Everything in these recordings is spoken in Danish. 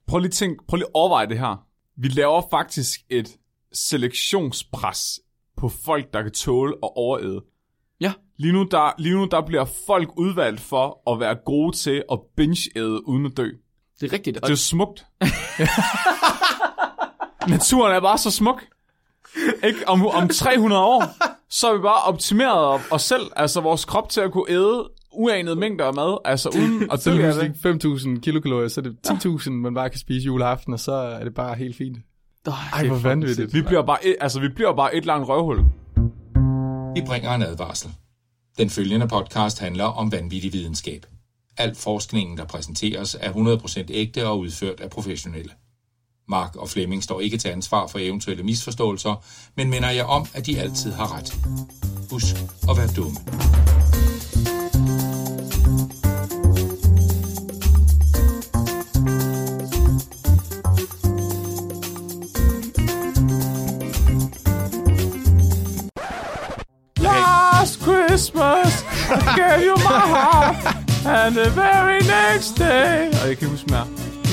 Prøv lige at overveje det her. Vi laver faktisk et selektionspres på folk, der kan tåle at overæde. Ja. Lige nu der bliver folk udvalgt for at være gode til at binge-æde uden at dø. Det er rigtigt. Det er smukt. Naturen er bare så smuk. Ikke? Om 300 år, så har vi bare optimeret os selv, altså vores krop til at kunne æde uanede mængder af mad, altså uden at dø af det. 5.000 kilokalorier, så er det 10.000, man bare kan spise juleaften, og så er det bare helt fint. Ej, hvor vanvittigt. Vi bliver bare et langt røvhul. Vi bringer en advarsel. Den følgende podcast handler om vanvittig videnskab. Al forskningen, der præsenteres, er 100% ægte og udført af professionelle. Mark og Flemming står ikke til ansvar for eventuelle misforståelser, men minder jer om, at de altid har ret. Husk at være dumme. Last Christmas, I gave you my heart, and the very next day... Og jeg kan huske mere.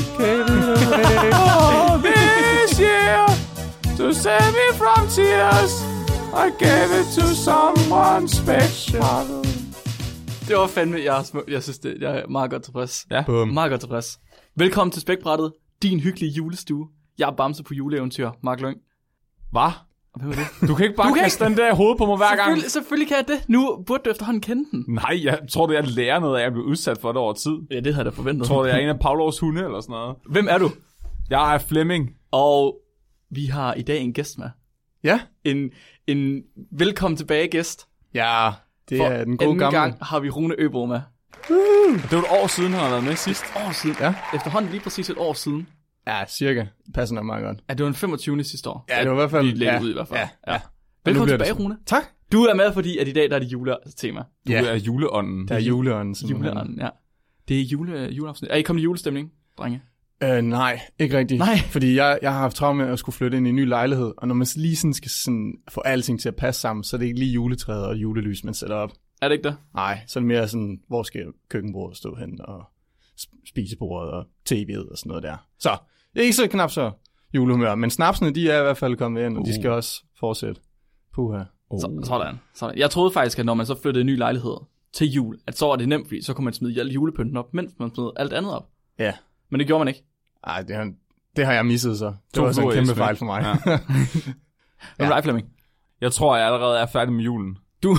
Oh, this year, to save me from tears, I gave it to someone special. Det var fandme, jeg synes det, jeg er meget godt tilfreds. Ja. Meget godt tilfreds. Velkommen til Spækbrættet, din hyggelige julestue. Jeg er Bamse på juleeventyr, Mark Lyng. Hvad? Hvem er det? Du kan ikke bare kaste den der i hovedet på mig hver gang. Selvfølgelig kan jeg det. Nu burde du efterhånden kende den. Nej, jeg tror, jeg lærer noget af at blive udsat for det over tid. Ja, det havde jeg da forventet. Jeg tror, jeg er en af Pavlovs hunde eller sådan noget. Hvem er du? Jeg er Flemming. Og vi har i dag en gæst med. Ja. En velkommen tilbage gæst. Ja, det er den gode gamle. gamle. Gang har vi Rune Øbo med. Det var et år siden, han har været med sidst. År siden? Ja. Efterhånden lige præcis et år siden. Ja, cirka. Det passer nok meget godt. Ja, det var den 25. sidste år. Ja, det var i hvert fald... Vi lægger ud i hvert fald. Ja. Velkommen tilbage, Rune. Tak. Du er med, fordi at i dag der er det juletema. Du er juleånden. Der er juleånden. Juleånden, ja. Det er juleafsnit. Er I kommet i julestemning, drenge? Nej, ikke rigtigt. Nej. Fordi jeg har haft travlt med at skulle flytte ind i en ny lejlighed, og når man lige sådan skal få alting til at passe sammen, så er det ikke lige juletræet og julelys, man sætter op. Er det ikke det? Nej, så er det mere sådan, hvor skal køkkenbordet stå hen, og spisebordet og tv'et og sådan noget der. Så, det er ikke så knap så julehumør, men snapsene, de er i hvert fald kommet ind, og de skal også fortsætte. Puha. Sådan. Jeg troede faktisk, at når man så flyttede en ny lejlighed til jul, at så var det nemt, fordi så kunne man smide alle julepynten op, mens man smed alt andet op. Ja. Men det gjorde man ikke. Ej, det har jeg misset så. Det var sådan en kæmpe fejl for mig. Ja. Hvem er dig, Flemming? Jeg tror, jeg allerede er færdig med julen. Du?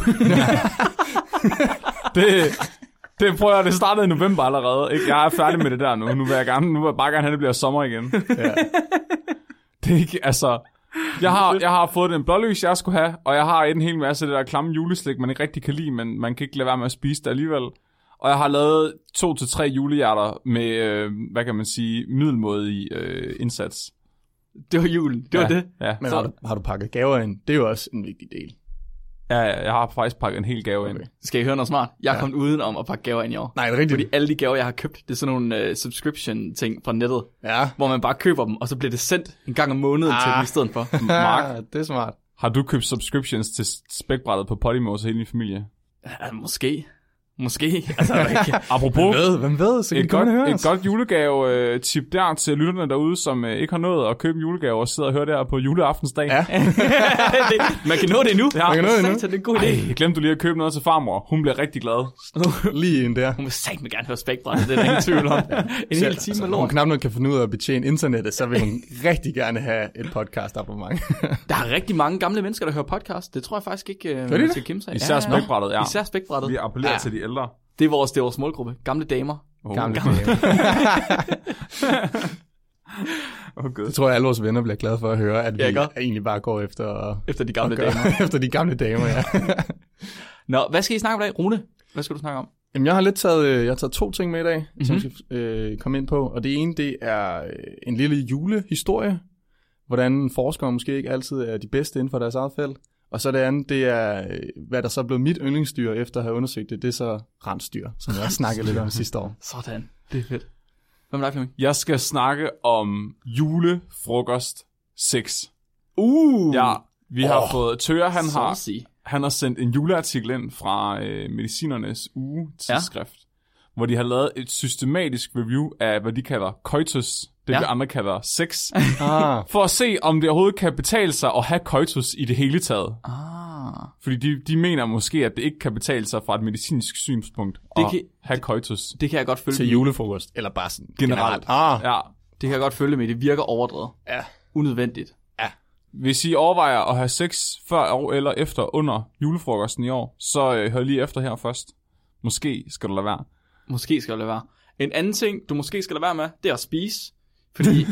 Det prøver jeg, det startede i november allerede. Ikke? Jeg er færdig med det der nu. Nu vil jeg bare gerne have, det bliver sommer igen. Ja. Det er ikke, altså... Jeg har fået den blålys, jeg skulle have, og jeg har en hel masse af det der klamme juleslik, man ikke rigtig kan lide, men man kan ikke lade være med at spise det alligevel. Og jeg har lavet 2-3 julehjerter med, hvad kan man sige, middelmådig indsats. Det var julen, det var det. Ja. Men har du pakket gaver ind? Det er jo også en vigtig del. Ja, jeg har faktisk pakket en hel gave ind. Skal I høre noget smart? Jeg er kommet udenom at pakke gaver ind i år. Nej, det er rigtigt. Fordi alle de gaver, jeg har købt, det er sådan nogle subscription-ting fra nettet. Ja. Hvor man bare køber dem, og så bliver det sendt en gang om måneden til dem i stedet for. Mark, det er smart. Har du købt subscriptions til Spækbrættet på Podimo til hele din familie? Ja, Måske. Altså, ikke. Apropos, hvem ved, så kan et godt julegave-tip der til lytterne derude, som ikke har nået at købe en julegave og sidder og hører det her på juleaftensdag. Ja. Man kan nå det endnu. Ja, det er en god idé. Ej, glemte du lige at købe noget til farmor. Hun bliver rigtig glad. Lige ind der. Hun vil satme gerne høre Spækbrættet, det er der ingen tvivl om. En hel time med lort. Hun knap nok kan finde ud af at betjene internettet, så vil hun rigtig gerne have et podcast abonnement. Der er rigtig mange gamle mennesker, der hører podcast. Det tror jeg faktisk ikke, man skal kæmpe sig. Især Spækbrættet, ja. Især Spækbrættet. Vi appellerer til de ældre. Det er vores målgruppe. Gamle damer. Gamle damer. Det tror jeg, alle vores venner bliver glade for at høre, at vi egentlig bare går efter de gamle damer. Efter de gamle damer, ja. Nå, hvad skal I snakke om i dag? Rune, hvad skal du snakke om? Jamen, jeg har taget 2 ting med i dag, som jeg skal komme ind på. Og det ene, det er en lille julehistorie. Hvordan forskere måske ikke altid er de bedste inden for deres eget felt. Og så det andet, det er, hvad der så blev mit yndlingsdyr efter at have undersøgt det. Det er så rensdyr, som jeg også snakkede lidt om sidste år. Sådan, det er fedt. Hvad med dig, Flemming? Jeg skal snakke om julefrokost 6. Ja, vi har fået Tøger, han har sendt en juleartikel ind fra Medicinernes Uge tidsskrift, hvor de har lavet et systematisk review af, hvad de kalder coitus Det vi andre kalder sex. Ah. For at se, om det overhovedet kan betale sig at have coitus i det hele taget. Fordi de mener måske, at det ikke kan betale sig fra et medicinsk synspunkt at have coitus. Det kan jeg godt følge til julefrokost, eller bare sådan Generelt. Ah. Det kan jeg godt følge med. Det virker overdrevet. Ja. Unødvendigt. Hvis I overvejer at have sex før eller efter under julefrokosten i år, så hør lige efter her først. Måske skal du lade være. Måske skal du lade være. En anden ting, du måske skal lade være med, det er at spise. Fordi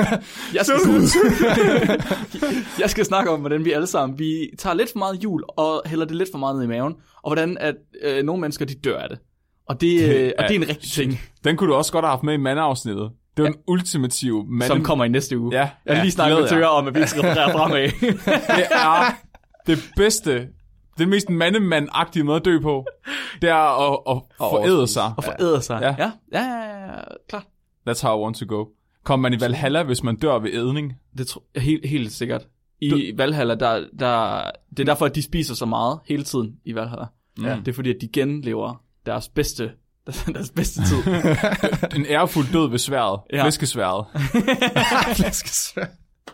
jeg skal snakke om, hvordan vi alle sammen, vi tager lidt for meget jul og hælder det lidt for meget ned i maven. Og hvordan at nogle mennesker, de dør af det. Og det er en rigtig ting. Den kunne du også godt have haft med i mandeafsnittet. Det var en ultimativ mand. Som kommer i næste uge. Ja, jeg har lige snakket med Tøger om, at vi skal referere fremad. Det er det bedste, det mest mandemand-agtige måde at dø på. Det er at foræde sig. Og foræde sig. Ja, klart. That's how I want to go. Kommer man i Valhalla, hvis man dør ved ædning? Det tror jeg helt sikkert. I Valhalla, det er derfor, at de spiser så meget hele tiden i Valhalla. Ja. Det er fordi, at de genlever deres bedste tid. En ærefuld død ved sværdet. Ja. Flæskesværdet. Flæskesværd.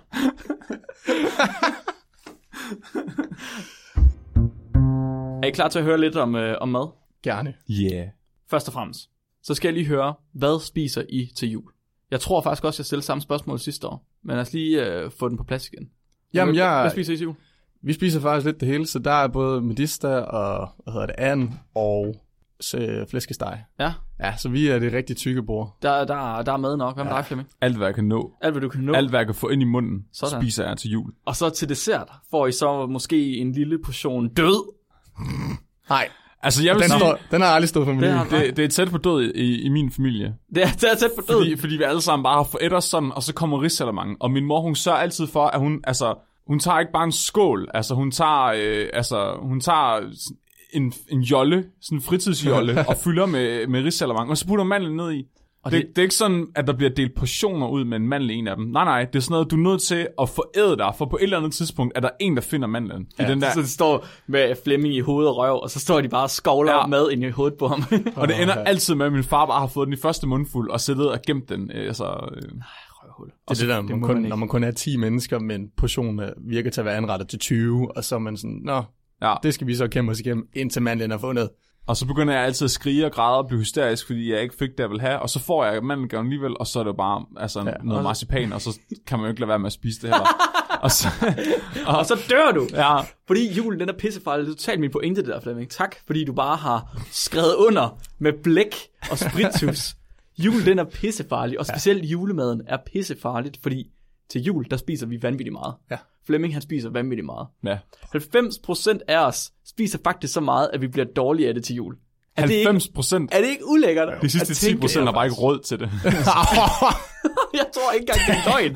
Er I klar til at høre lidt om mad? Gerne. Yeah. Først og fremmest, så skal jeg lige høre, hvad spiser I til jul? Jeg tror faktisk også, jeg stillede samme spørgsmål sidste år. Men lad os lige få den på plads igen. Jamen, hvad spiser I til jul? Vi spiser faktisk lidt det hele, så der er både medister og, and og flæskesteg. Ja. Ja, så vi er det rigtig tykke bord. Der er mad nok. Hvad med dig, Flemming? Alt, hvad jeg kan nå. Alt, hvad du kan nå. Alt, hvad jeg kan få ind i munden, sådan. Spiser jeg til jul. Og så til dessert får I så måske en lille portion død. Nej. Altså, jeg vil sige, den har aldrig stået for mig. Det er tæt på død i min familie. Det er tæt på død. Fordi vi alle sammen bare har forældre sådan, og så kommer risalamande. Og min mor, hun sørger altid for, at hun tager ikke bare en skål. Altså, hun tager en jolle, sådan en fritidsjolle, og fylder med risalamande, og så putter mandlen ned i. Og det er ikke sådan, at der bliver delt portioner ud med en mandel i en af dem. Nej, det er sådan noget, du er nødt til at foræde dig, for på et eller andet tidspunkt er der en, der finder mandlen. Ja, i den der. Så det står med Flemming i hovedet og røv, og så står de bare og skovler mad ind i hovedet på ham. Og det ender altid med, at min far bare har fået den i første mundfuld, og sættet og gemt den. Røvhul. Det er det der, når man kun er 10 mennesker, men portionen virker til at være anrettet til 20, og så er man sådan, det skal vi så kæmpe os igennem, indtil mandlen er fundet. Og så begynder jeg altid at skrige og græde og blive hysterisk, fordi jeg ikke fik det, jeg ville have. Og så får jeg mandelgaven alligevel, og så er det jo bare noget marcipan, og så kan man jo ikke lade være med at spise det heller. og så dør du. Ja. Fordi julen, den er pissefarlig. Det er totalt min pointe, det der, Flemming. Tak, fordi du bare har skrevet under med blæk og spritus. Julen, den er pissefarlig, og specielt julemaden er pissefarligt, fordi til jul, der spiser vi vanvittigt meget. Ja. Flemming, han spiser vanvittigt meget. Ja. 90% af os spiser faktisk så meget, at vi bliver dårlige af det til jul. 90%? Er det ikke ulækkert? De sidste 10% har bare ikke råd til det. Jeg tror ikke engang, det er løgn.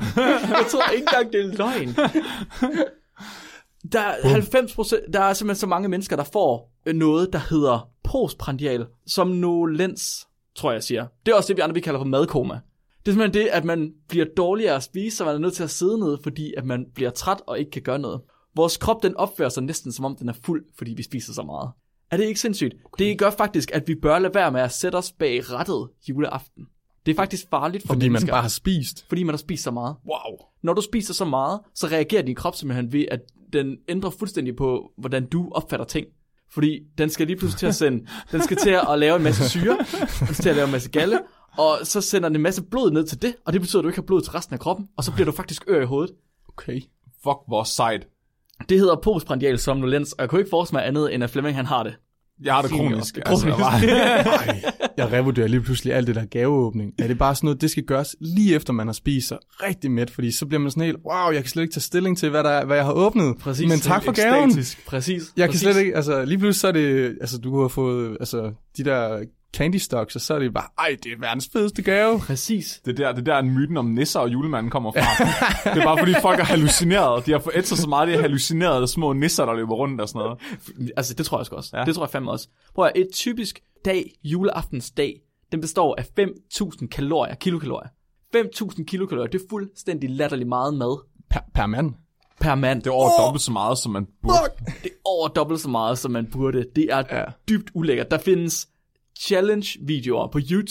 Der er 90%, der er simpelthen så mange mennesker, der får noget, der hedder postprandial somnolens, tror jeg siger. Det er også det, vi andre kalder for madkoma. Det er simpelthen det, at man bliver dårligere at spise, så man er nødt til at sidde ned, fordi at man bliver træt og ikke kan gøre noget. Vores krop, den opfører sig næsten som om den er fuld, fordi vi spiser så meget. Er det ikke sindssygt? Det gør faktisk, at vi bør lade være med at sætte os bag rattet juleaften. Det er faktisk farligt for mennesker. Fordi man bare har spist. Fordi man har spist så meget. Wow. Når du spiser så meget, så reagerer din krop simpelthen ved, at den ændrer fuldstændig på, hvordan du opfatter ting. Fordi den skal lige pludselig til at den skal til at lave en masse syre, den skal til at lave en masse galle, og så sender den en masse blod ned til det, og det betyder, at du ikke har blod til resten af kroppen, og så bliver du faktisk ør i hovedet. Okay. Fuck, hvor sejt. Det hedder postprandial somnolens, og jeg kunne ikke forestille mig andet, end at Flemming han har det. Jeg har det kronisk. Jeg revurderer lige pludselig alt det der gaveåbning. Er det bare sådan noget, det skal gøres lige efter man har spist sig rigtig mæt, fordi så bliver man sådan helt, wow, jeg kan slet ikke tage stilling til, hvad jeg har åbnet. Præcis. Men tak for gaven. Præcis. Jeg kan slet ikke, lige pludselig så er det, du kunne have fået, de der candy stocks, og så er det bare, det er verdens fedeste gave. Præcis. Det er der myten om nisser og julemanden kommer fra. Det er bare fordi folk er hallucineret. De har forædt sig så meget, de har hallucineret små nisser, der løber rundt og sådan noget. Altså, det tror jeg også. Ja. Det tror jeg fandme også. Prøv at et typisk juleaftensdag, den består af 5.000 kilokalorier. 5.000 kilokalorier, det er fuldstændig latterligt meget mad. Per mand? Per mand. Det er over dobbelt så meget, som man burde. Det er over dobbelt så meget, som man burde. Det er dybt ulækkert. Der findes challenge-videoer på YouTube,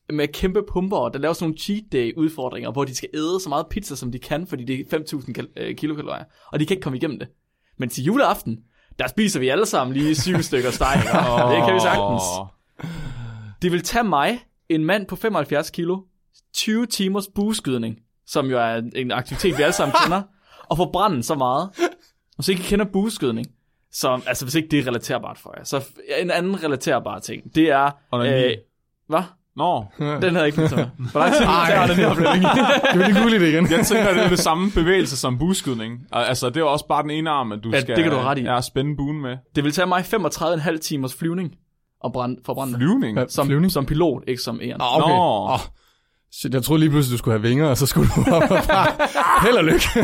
med kæmpe pumper, der laver sådan nogle cheat day udfordringer, hvor de skal æde så meget pizza, som de kan, fordi det er 5.000 kilokalorier, og de kan ikke komme igennem det. Men til juleaften, der spiser vi alle sammen lige 7 stykker steg. Det kan vi sagtens. Det vil tage mig, en mand på 75 kilo, 20 timers bueskydning, som jo er en aktivitet, vi alle sammen kender, og forbrænde så meget. Og så ikke kender bueskydning, så altså hvis ikke det er relaterbart for jer. Så en anden relaterbar ting, det er... hvad? Nå. Den havde jeg ikke med sig. Hvor lang tid tager den her oplægning? Kan vi lige google det igen? Jeg tænker, det er det samme bevægelse som bueskydning. Altså, det er også bare den ene arm, at du skal det kan du ret i. Spænde buen med. Det vil tage mig 35,5 timers flyvning og forbrænde. Flyvning? Som pilot, ikke som æren. Okay. Nå. Shit, jeg troede lige pludselig, du skulle have vinger, og så skulle du op og bare held og lykke.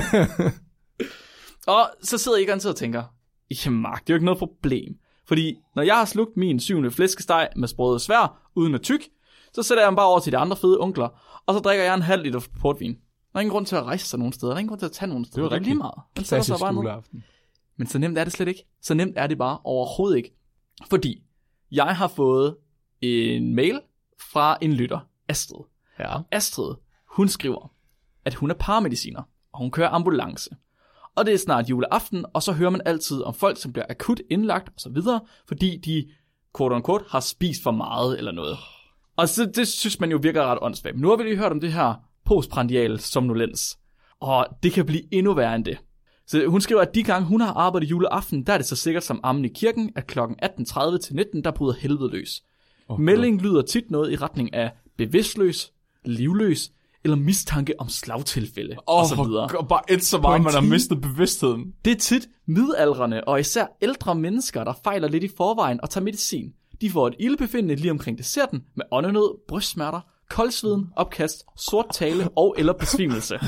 Og så sidder I garanteret og tænker, jamen Mark, det er jo ikke noget problem. Fordi når jeg har slugt min 7. flæskesteg med sprøde svær, uden at tyk, så sætter jeg dem bare over til de andre fede onkler, og så drikker jeg en halv liter portvin. Der er ingen grund til at rejse sig nogen steder, der er ingen grund til at tage nogen steder. Det er lige meget. Man sætter sig bare ned. Men så nemt er det slet ikke. Så nemt er det bare overhovedet ikke. Fordi jeg har fået en mail fra en lytter, Astrid. Ja. Astrid, hun skriver, at hun er paramediciner, og hun kører ambulance. Og det er snart juleaften, og så hører man altid om folk, som bliver akut indlagt og så videre, fordi de, quote unquote, har spist for meget eller noget. Og så, det synes man jo virker ret åndssvagt. Nu har vi lige hørt om det her postprandial somnolens, og det kan blive endnu værre end det. Så hun skriver, at de gange hun har arbejdet juleaften, der er det så sikkert som ammen i kirken, at kl. 18.30 til 19, der bryder helvede løs. Meldingen lyder tit noget i retning af bevidstløs, livløs, eller mistanke om slagtilfælde, og så videre. Bare et så meget, man har mistet bevidstheden. Det er tit midaldrende, og især ældre mennesker, der fejler lidt i forvejen og tager medicin. De får et ildbefindende lige omkring desserten, med åndenød, brystsmerter, koldsveden, opkast, sort tale og eller besvimelse.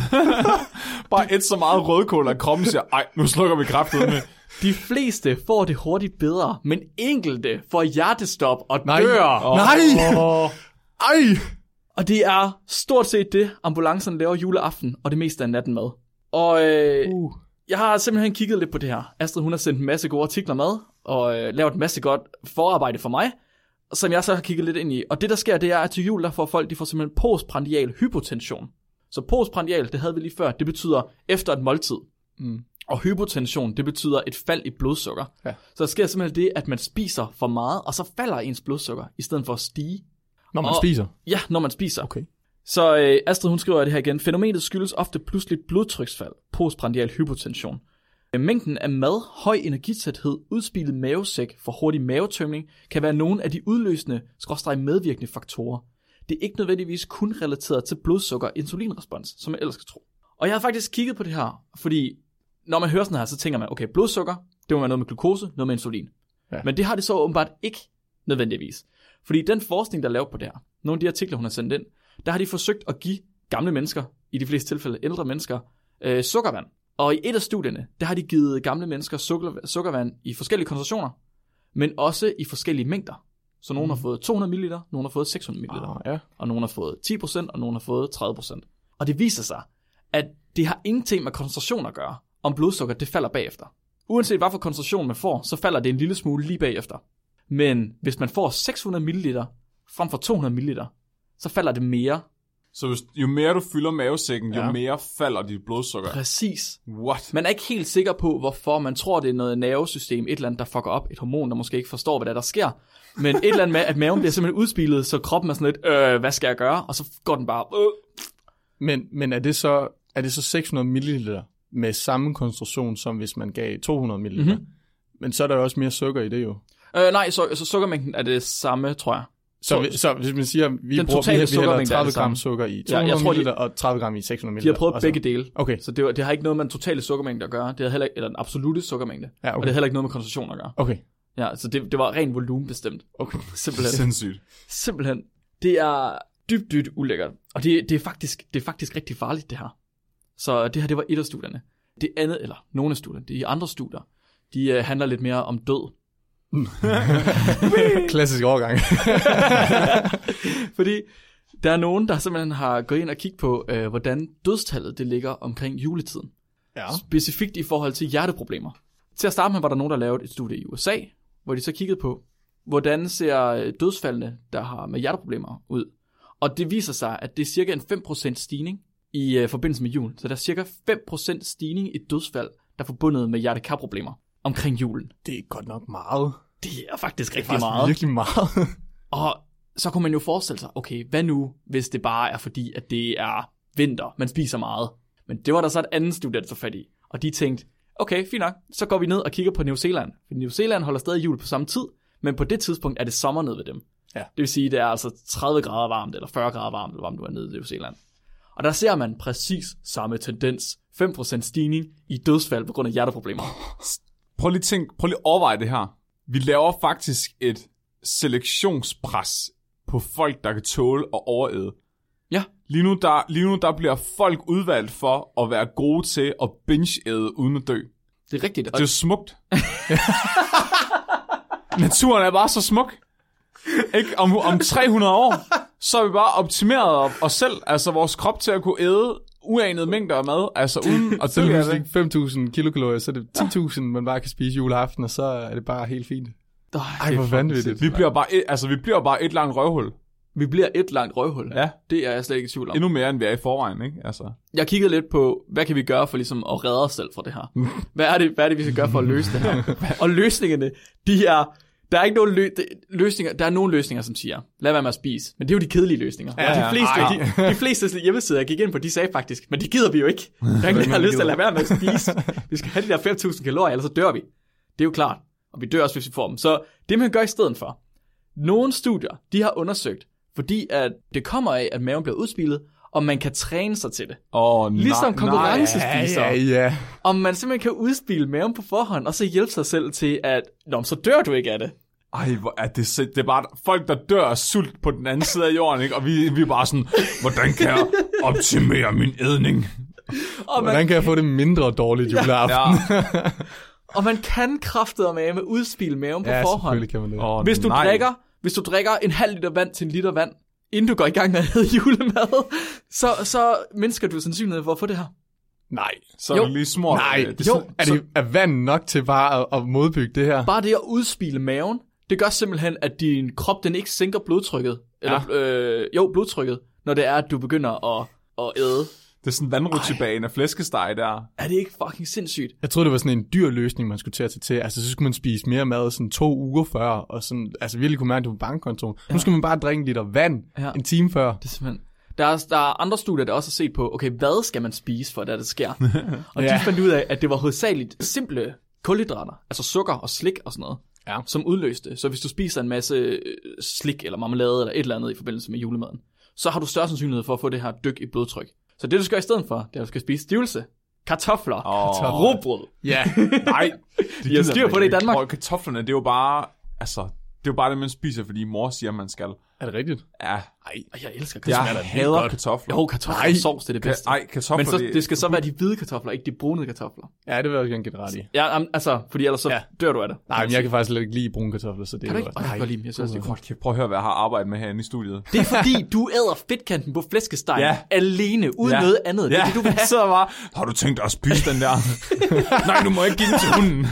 Bare et så meget rødkål, at kroppen siger, ej, nu slukker vi kraftet med. De fleste får det hurtigt bedre, men enkelte får hjertestop og dør. Nej! Ej! Og det er stort set det, ambulancerne laver juleaften, og det meste af natten med. Og jeg har simpelthen kigget lidt på det her. Astrid, hun har sendt en masse gode artikler med, og lavet en masse godt forarbejde for mig, som jeg så har kigget lidt ind i. Og det, der sker, det er, at til jul, der får folk, de får simpelthen postprandial hypotension. Så postprandial, det havde vi lige før, det betyder efter et måltid. Og hypotension, det betyder et fald i blodsukker. Ja. Så der sker simpelthen det, at man spiser for meget, og så falder ens blodsukker, i stedet for at stige. Når man spiser? Ja, når man spiser. Okay. Så Astrid, hun skriver det her igen. Fænomenet skyldes ofte pludseligt blodtryksfald, postprandial hypotension. Mængden af mad, høj energitæthed, udspillet mavesæk for hurtig mavetømning kan være nogle af de udløsende, medvirkende faktorer. Det er ikke nødvendigvis kun relateret til blodsukker- og insulinrespons, som jeg ellers skal tro. Og jeg har faktisk kigget på det her, fordi når man hører sådan her, så tænker man, okay, blodsukker, det må være noget med glukose, noget med insulin. Ja. Men det har det så åbenbart ikke nødvendigvis. Fordi den forskning, der er lavet på det her, nogle af de artikler, hun har sendt ind, der har de forsøgt at give gamle mennesker, i de fleste tilfælde ældre mennesker, sukkervand. Og i et af studierne, der har de givet gamle mennesker sukkervand i forskellige koncentrationer, men også i forskellige mængder. Så nogen har fået 200 ml, nogen har fået 600 ml, og nogen har fået 10%, og nogen har fået 30%. Og det viser sig, at det har ingenting med koncentration at gøre, om blodsukker det falder bagefter. Uanset hvad for koncentration man får, så falder det en lille smule lige bagefter. Men hvis man får 600 ml frem for 200 ml, så falder det mere. Så jo mere du fylder mavesækken, jo mere falder dit blodsukker. Præcis. What? Man er ikke helt sikker på, hvorfor. Man tror, det er noget nervesystem, et eller andet, der fucker op. Et hormon, der måske ikke forstår, hvad der sker. Men et eller andet med, at maven bliver simpelthen udspilet, så kroppen er sådan lidt, hvad skal jeg gøre? Og så går den bare, Men er det så 600 ml med samme koncentration, som hvis man gav 200 ml? Mm-hmm. Men så er der jo også mere sukker i det jo. Nej, så sukkermængden er det samme, tror jeg. Så hvis man siger, vi hælder 30 gram sukker i 200 ml og 30 gram i 600 ml. De har prøvet begge dele. Okay. Så det har ikke noget med den totale sukkermængde at gøre. Det har heller ikke, eller den absolute sukkermængde. Ja, okay. Og det har heller ikke noget med koncentration at gøre. Okay. Ja, så det var ren volumen bestemt. Okay. Simpelthen. Sindssygt. Simpelthen. Det er dybt ulækkert. Og det er faktisk rigtig farligt, det her. Så det her, det var et af studierne. Det andet, eller nogle af studierne, de andre studier, de handler lidt mere om død. Klassisk overgang. Fordi der er nogen, der simpelthen har gået ind og kigget på, hvordan dødstallet det ligger omkring juletiden. Ja. Specifikt i forhold til hjerteproblemer. Til at starte med var der nogen, der lavede et studie i USA, hvor de så kiggede på, hvordan ser dødsfaldene, der har med hjerteproblemer ud. Og det viser sig, at det er cirka en 5% stigning i forbindelse med julen. Så der er cirka 5% stigning i dødsfald, der er forbundet med hjerte-kar-problemer omkring julen. Det er godt nok meget. Det er faktisk rigtig Det er meget. virkelig meget. Og så kunne man jo forestille sig, okay, hvad nu, hvis det bare er fordi, at det er vinter, man spiser meget. Men det var der så et andet studie, der tog fat i. Og de tænkte, okay, fint nok, så går vi ned og kigger på New Zealand. For New Zealand holder stadig jul på samme tid, men på det tidspunkt er det sommer nede ved dem. Ja. Det vil sige, det er altså 30 grader varmt, eller 40 grader varmt, eller hvor du er nede i New Zealand. Og der ser man præcis samme tendens. 5% stigning i dødsfald på grund af hjerteproblemer. Prøv lige at overveje det her. Vi laver faktisk et selektionspres på folk, der kan tåle at overæde. Ja. Lige nu der bliver folk udvalgt for at være gode til at binge-æde uden at dø. Det er rigtigt. Det er jo smukt. Naturen er bare så smuk. Ikke? Om 300 år, så er vi bare optimeret os selv, altså vores krop til at kunne æde uanede mængder af mad, altså uden at dø af det. Selvom 5.000 kilokalorier, så er det 10.000, man bare kan spise juleaften, og så er det bare helt fint. Ej, hvor vanvittigt. Vi bliver bare et langt røvhul. Vi bliver et langt røvhul. Ja. Det er jeg slet ikke i tvivl om. Endnu mere, end vi er i forvejen, ikke? Altså. Jeg kiggede lidt på, hvad kan vi gøre for ligesom at redde os selv fra det her? Hvad er det, vi skal gøre for at løse det her? Og løsningerne, der er ikke nogen løsninger. Der er nogle løsninger, som siger, lad være med at spise. Men det er jo de kedelige løsninger. Ja, og de fleste hjemmesider, jeg gik ind på, de sagde faktisk, men det gider vi jo ikke. Der er ingen, der har lyst til at lade være med at spise. Vi skal have de der 5.000 kalorier, ellers så dør vi. Det er jo klart. Og vi dør også, hvis vi får dem. Så det, man gør i stedet for. Nogle studier, de har undersøgt, fordi at det kommer af, at maven bliver udspilet, og man kan træne sig til det. Ligesom konkurrencespiser. Ja. Om man simpelthen kan udspile maven på forhånd, og så hjælpe sig selv til, at så dør du ikke af det. Ej, hvor er det det er bare folk, der dør af sult på den anden side af jorden, ikke? Og vi er bare sådan, hvordan kan jeg optimere min ædning? Hvordan kan jeg få det mindre dårligt juleaften? Ja. Og man kan kraftedeme udspile maven på forhånd. Selvfølgelig kan man det. Hvis du drikker en halv liter vand til en liter vand, inden du går i gang med at æde julemad, så mindsker du sandsynligheden for at få det her. Nej. Så er det lige smurt. Nej. Er vand nok til bare at modbygge det her? Bare det at udspile maven, det gør simpelthen, at din krop den ikke sænker blodtrykket. Eller, blodtrykket, når det er, at du begynder at æde. Det er sådan en vandrutsjebane af flæskesteg der. Er det ikke fucking sindssygt? Jeg troede, det var sådan en dyr løsning, man skulle til. Altså, så skulle man spise mere mad sådan 2 uger før, og sådan, altså virkelig kunne mærke, at det var bankkontoen. Nu skal man bare drikke en liter vand en time før. Det er simpelthen... Der er andre studier, der også har set på, okay, hvad skal man spise, for at det sker? Og de fandt ud af, at det var hovedsageligt simple kulhydrater, altså sukker og slik og sådan noget, som udløste. Så hvis du spiser en masse slik eller marmelade eller et eller andet i forbindelse med julemaden, så har du større sandsynlighed for at få det her dyk i blodtryk. Så det, du skal i stedet for, det er, at du skal spise stivelse, kartofler, råbrød. Ja, nej. Jeg har styr på det i Danmark. Kartoflerne, det er jo bare, altså, det er jo bare det, man spiser, fordi mor siger, man skal. Er det rigtigt? Ja. Ej, jeg elsker kartofler. Jeg hader kartofler. Jo, kartofler og sovs, det er det bedste. Kartofler, men det skal så være de hvide kartofler, ikke de brune kartofler. Ja, det vil jeg også gerne give ret i. Ja, altså, fordi ellers så dør du af det. Nej, men jeg kan faktisk slet ikke lide brune kartofler, så det kan du ikke? Jeg kan lide dem. Jeg synes, det er godt. Prøv at høre, hvad jeg har arbejdet med herinde i studiet. Det er fordi, du æder fedtkanten på flæskesteg alene, uden noget andet. Det er det, du vil have. Så bare, har du tænkt dig at spise den der? Nej, du må ikke give den til hunden.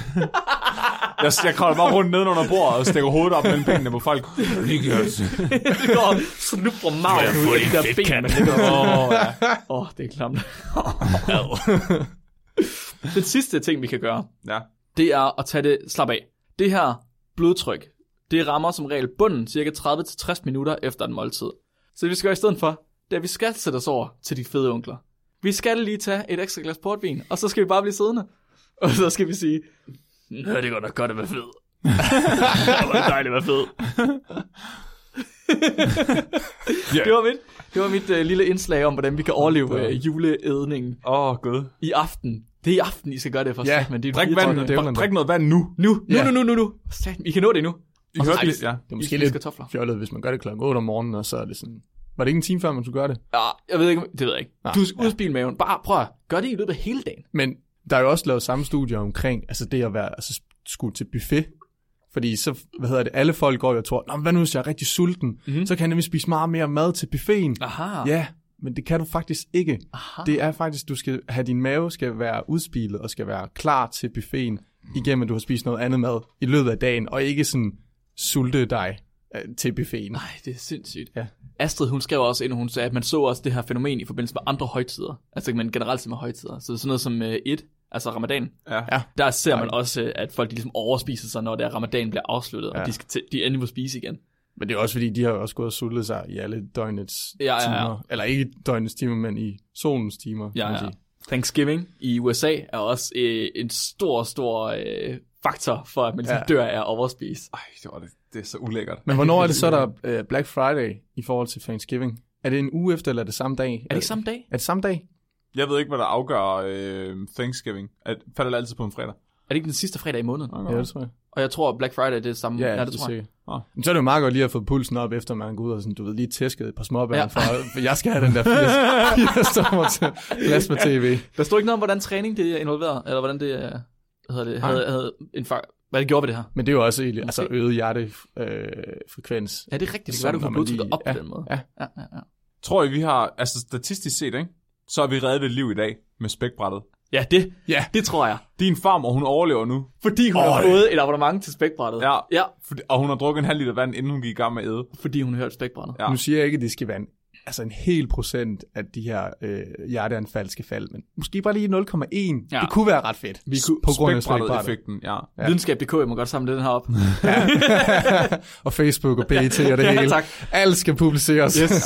Jeg kravler bare rundt ned under bordet og stikker hovedet op mellem benene på folk. Det går snupper meget ud af de der ben. Det er klamt. Den sidste ting, vi kan gøre, det er at tage det slap af. Det her blodtryk, det rammer som regel bunden cirka 30-60 minutter efter en måltid. Så det vi skal gøre i stedet for, det er, at vi skal sætte os over til de fede onkler. Vi skal lige tage et ekstra glas portvin, og så skal vi bare blive siddende. Og så skal vi sige, nå, det går nok godt at være fed. Det var dejligt at være fed. Det var mit lille indslag om, hvordan vi kan overleve juleædningen. Gud. I aften. Det er i aften, I skal gøre det for men det er drik noget vand nu. Nu. I kan nå det nu. I hørte det, det er måske lidt fjollet, hvis man gør det klokken 8 om morgenen, og så er det sådan... Var det ikke en time før, man skulle gøre det? Ja, det ved jeg ikke. Du skal udspille maven. Bare prøv at gøre det i løbet af hele dagen. Men der er jo også lavet samme studier omkring, altså det at være skudt til buffet. Fordi så, alle folk går jo og tror, hvad nu hvis jeg er rigtig sulten, så kan jeg nemlig spise meget mere mad til buffeten. Aha. Ja, men det kan du faktisk ikke. Aha. Det er faktisk, du skal have din mave skal være udspilet og skal være klar til buffeten, igennem at du har spist noget andet mad i løbet af dagen, og ikke sådan sulte dig. til buffeten. Nej, det er sindssygt. Ja. Astrid, hun skrev også ind, hun sagde, at man så også det her fænomen i forbindelse med andre højtider. Altså man generelt med højtider. Så sådan noget som altså ramadan. Ja. Der ser man også, at folk de ligesom overspiser sig, når der ramadan bliver afsluttet, og de endelig må spise igen. Men det er også fordi, de har også gået og sultet sig i alle døgnets timer. Eller ikke døgnets timer, men i solens timer. Ja. Thanksgiving i USA er også en stor faktor for, at man ligesom dør af at overspise. Ej, det er så ulækkert. Men hvornår er det så, der Black Friday i forhold til Thanksgiving? Er det en uge efter, eller er det samme dag? Er det ikke samme dag? Er det samme dag? Jeg ved ikke, hvad der afgør Thanksgiving. Falder det altid på en fredag? Er det ikke den sidste fredag i måneden? Ja, det tror jeg. Og jeg tror, Black Friday det er samme. Ja, det tror jeg. Men så er det jo meget godt lige at få pulsen op, efter man går ud og sådan, du ved, lige tæsket et par småbær, for jeg skal have den der 80 tommer til glas med tv. Der står ikke noget om, hvordan træning det er involveret, eller hvordan det havde hvad det gjorde ved det her. Men det er jo også altså øget hjertefrekvens. Ja, det er rigtigt. Det kan være, du får blodtrykket op på den måde. Ja. Tror I, vi har, altså statistisk set, ikke? Så har vi reddet et liv i dag med spækbrættet. Ja, det tror jeg. Din farmor, hun overlever nu. Fordi hun har fået et abonnement til spækbrættet. Ja. Og hun har drukket en halv liter vand, inden hun gik i gang med at æde. Fordi hun har hørt spækbrættet. Ja. Nu siger jeg ikke, at det skal være en hel procent af de her hjerteanfald skal falde, men måske bare lige 0,1. Ja. Det kunne være ret fedt. På grund af spækbrættet-effekten, ja. Videnskab.dk, jeg må godt samle den her op. Og Facebook og BT og det hele. Tak. Alt skal publiceres. Yes.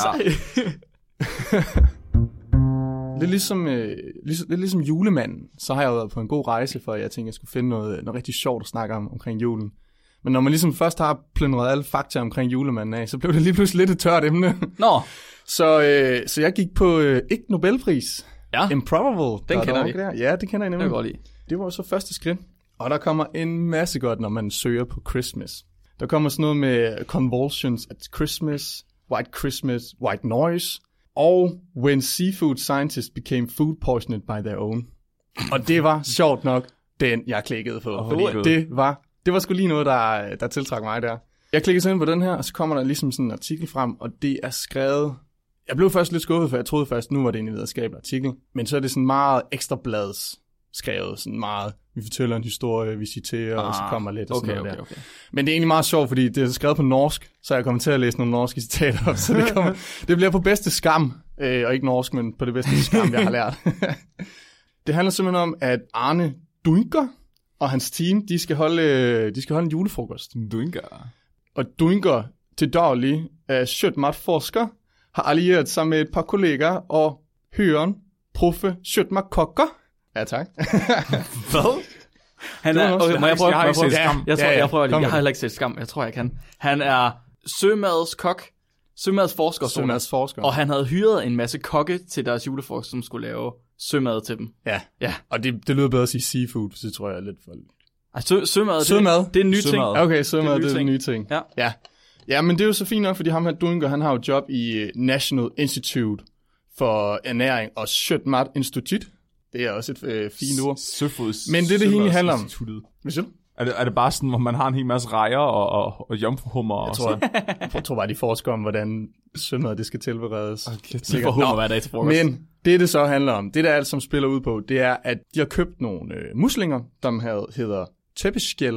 Lidt ligesom julemanden, så har jeg været på en god rejse, for jeg tænkte, jeg skulle finde noget rigtig sjovt at snakke omkring julen. Men når man ligesom først har plyndret alle fakta omkring julemanden af, så blev det lige pludselig lidt et tørt emne. Nå. Så jeg gik på ikke Nobelpris. Ja. Improbable. Den kender vi. Ja, det kender jeg nemlig. Det godt lide. Det var så første skridt. Og der kommer en masse godt, når man søger på Christmas. Der kommer sådan noget med Convulsions at Christmas, White Noise, og When Seafood Scientists Became Food Poisoned by Their Own. Og det var sjovt nok den, jeg klikkede på. Det var sgu lige noget, der tiltrak mig der. Jeg klikkede så ind på den her, og så kommer der ligesom sådan en artikel frem, og det er skrevet... Jeg blev først lidt skuffet, for jeg troede først, nu var det en videnskabelig artikel. Men så er det sådan meget ekstrablads skrevet, sådan meget, vi fortæller en historie, vi citerer, og så kommer lidt og sådan noget der. Okay. Men det er egentlig meget sjovt, fordi det er skrevet på norsk, så jeg kommer til at læse nogle norske citater op, så det bliver på bedste skam, og ikke norsk, men på det bedste skam, jeg har lært. Det handler simpelthen om, at Arne Dunker og hans team, de skal holde en julefrokost. Dunker. Og Dunker til daglig er Sjøtmat-forsker, har allieret sig med et par kolleger og høren Proffe Sjøtmat-kokker. Ja, tak. Hvad? Han er, okay, må jeg prøve? Jeg har heller ikke set Skam. Jeg tror, jeg kan. Han er sømadskok, sømadsforsker, og han havde hyret en masse kokke til deres julefrokost, som skulle lave sømad til dem. Ja. Og det lyder bedre at sige seafood, så det tror jeg er lidt for... Sømad, det er en ny ting. Okay, sømad, det er en ny ting. Ja, men det er jo så fint nok, fordi ham her Dunker, han har jo job i National Institute for Ernæring og Sjøtmat Institut. Det er også et fint ord. Men det hele handler om. Hvad siger du? Er det bare sådan, hvor man har en hel masse rejer og jomfruhummer? Jeg tror bare, de forsker om, hvordan sømad det skal tilberedes. Okay, de får hummer hver dag til frokost. Men det så handler om, det der alt som spiller ud på, det er, at de har købt nogle muslinger, der hedder tæppeskjel.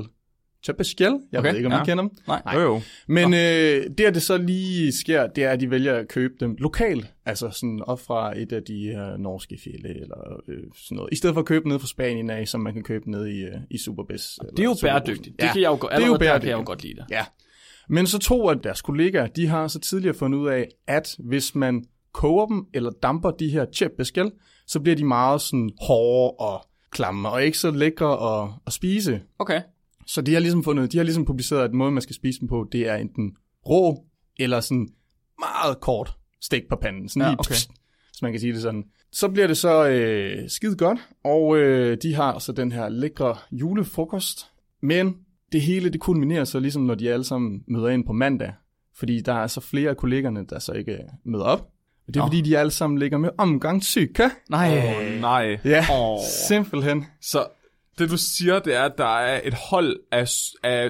Jeg ved ikke, om I kender dem. Nej. Jo. Men det så lige sker, det er, at de vælger at købe dem lokalt. Altså sådan op fra et af de her norske fjelde, eller sådan noget. I stedet for at købe ned fra Spanien af, som man kan købe ned i Superbest. Det er jo bæredygtigt. Det kan jeg jo godt lide det. Ja. Men så to af deres kollegaer, de har så tidligere fundet ud af, at hvis man koger dem, eller damper de her tæppeskjel, så bliver de meget sådan hårde og klamme, og ikke så lækre at spise. Okay. Så de har ligesom publiceret, at måden, man skal spise dem på, det er enten rå, eller sådan meget kort stik på panden. Sådan lige, pst, hvis man kan sige det sådan. Så bliver det så skide godt, og de har så den her lækre julefrokost. Men det hele, det kulminerer så ligesom, når de alle sammen møder ind på mandag. Fordi der er så flere af kollegerne, der så ikke møder op. Og det er fordi, de alle sammen ligger med omgangssyge. Nej. Ja, simpelthen. Så det du siger, det er, at der er et hold af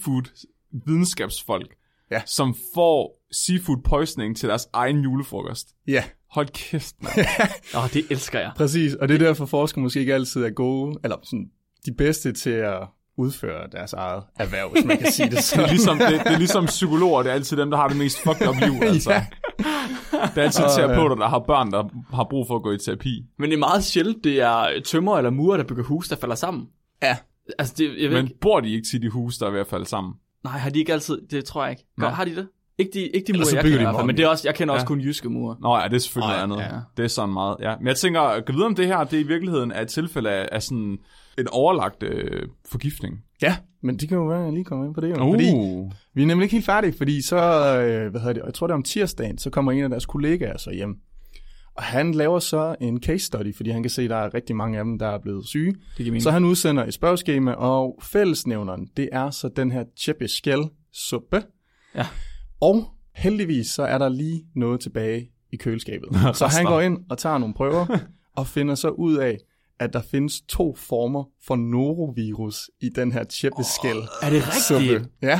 seafood-videnskabsfolk, som får seafood poisoning til deres egen julefrokost. Ja. Hold kæft, mand. Det elsker jeg. Præcis, og det er derfor forskere måske ikke altid er gode, eller sådan de bedste til at udfører deres eget erhverv, hvis man kan sige det sådan. Det er ligesom psykologer, det er altid dem, der har det mest fucked up liv, altså. Ja. Det er altid terapeuter, der har børn, der har brug for at gå i terapi. Men det er meget sjældent, det er tømmer eller murer, der bygger hus, der falder sammen. Ja. Altså, det, jeg ved Men ikke. bor de ikke tit i hus, der er ved at falde sammen? Nej, har de ikke altid, det tror jeg ikke. Nå. Har de det? Ikke de Ellers murer, så jeg bygger kender de i hvert fald, dem men om. det er også, jeg kender også Ja. kun jyske murer. Nå ja, det er selvfølgelig noget andet. ja. Det er sådan meget, ja. Men jeg tænker, at vide om det her, det er i virkeligheden et tilfælde af sådan en overlagt forgiftning. Ja, men det kan jo være, at jeg lige kommer ind på det. Jo. Fordi vi er nemlig ikke helt færdige, fordi så, jeg tror det er om tirsdagen, så kommer en af deres kollegaer så hjem. Og han laver så en case study, fordi han kan se, at der er rigtig mange af dem, der er blevet syge. Så han udsender et spørgeskema, og fællesnævneren, det er så den her tjebbeskjel-suppe. Ja. Og heldigvis, så er der lige noget tilbage i køleskabet. Så han går ind og tager nogle prøver, og finder så ud af, at der findes 2 former for norovirus i den her tjebbeskjel. Er det rigtigt? Ja.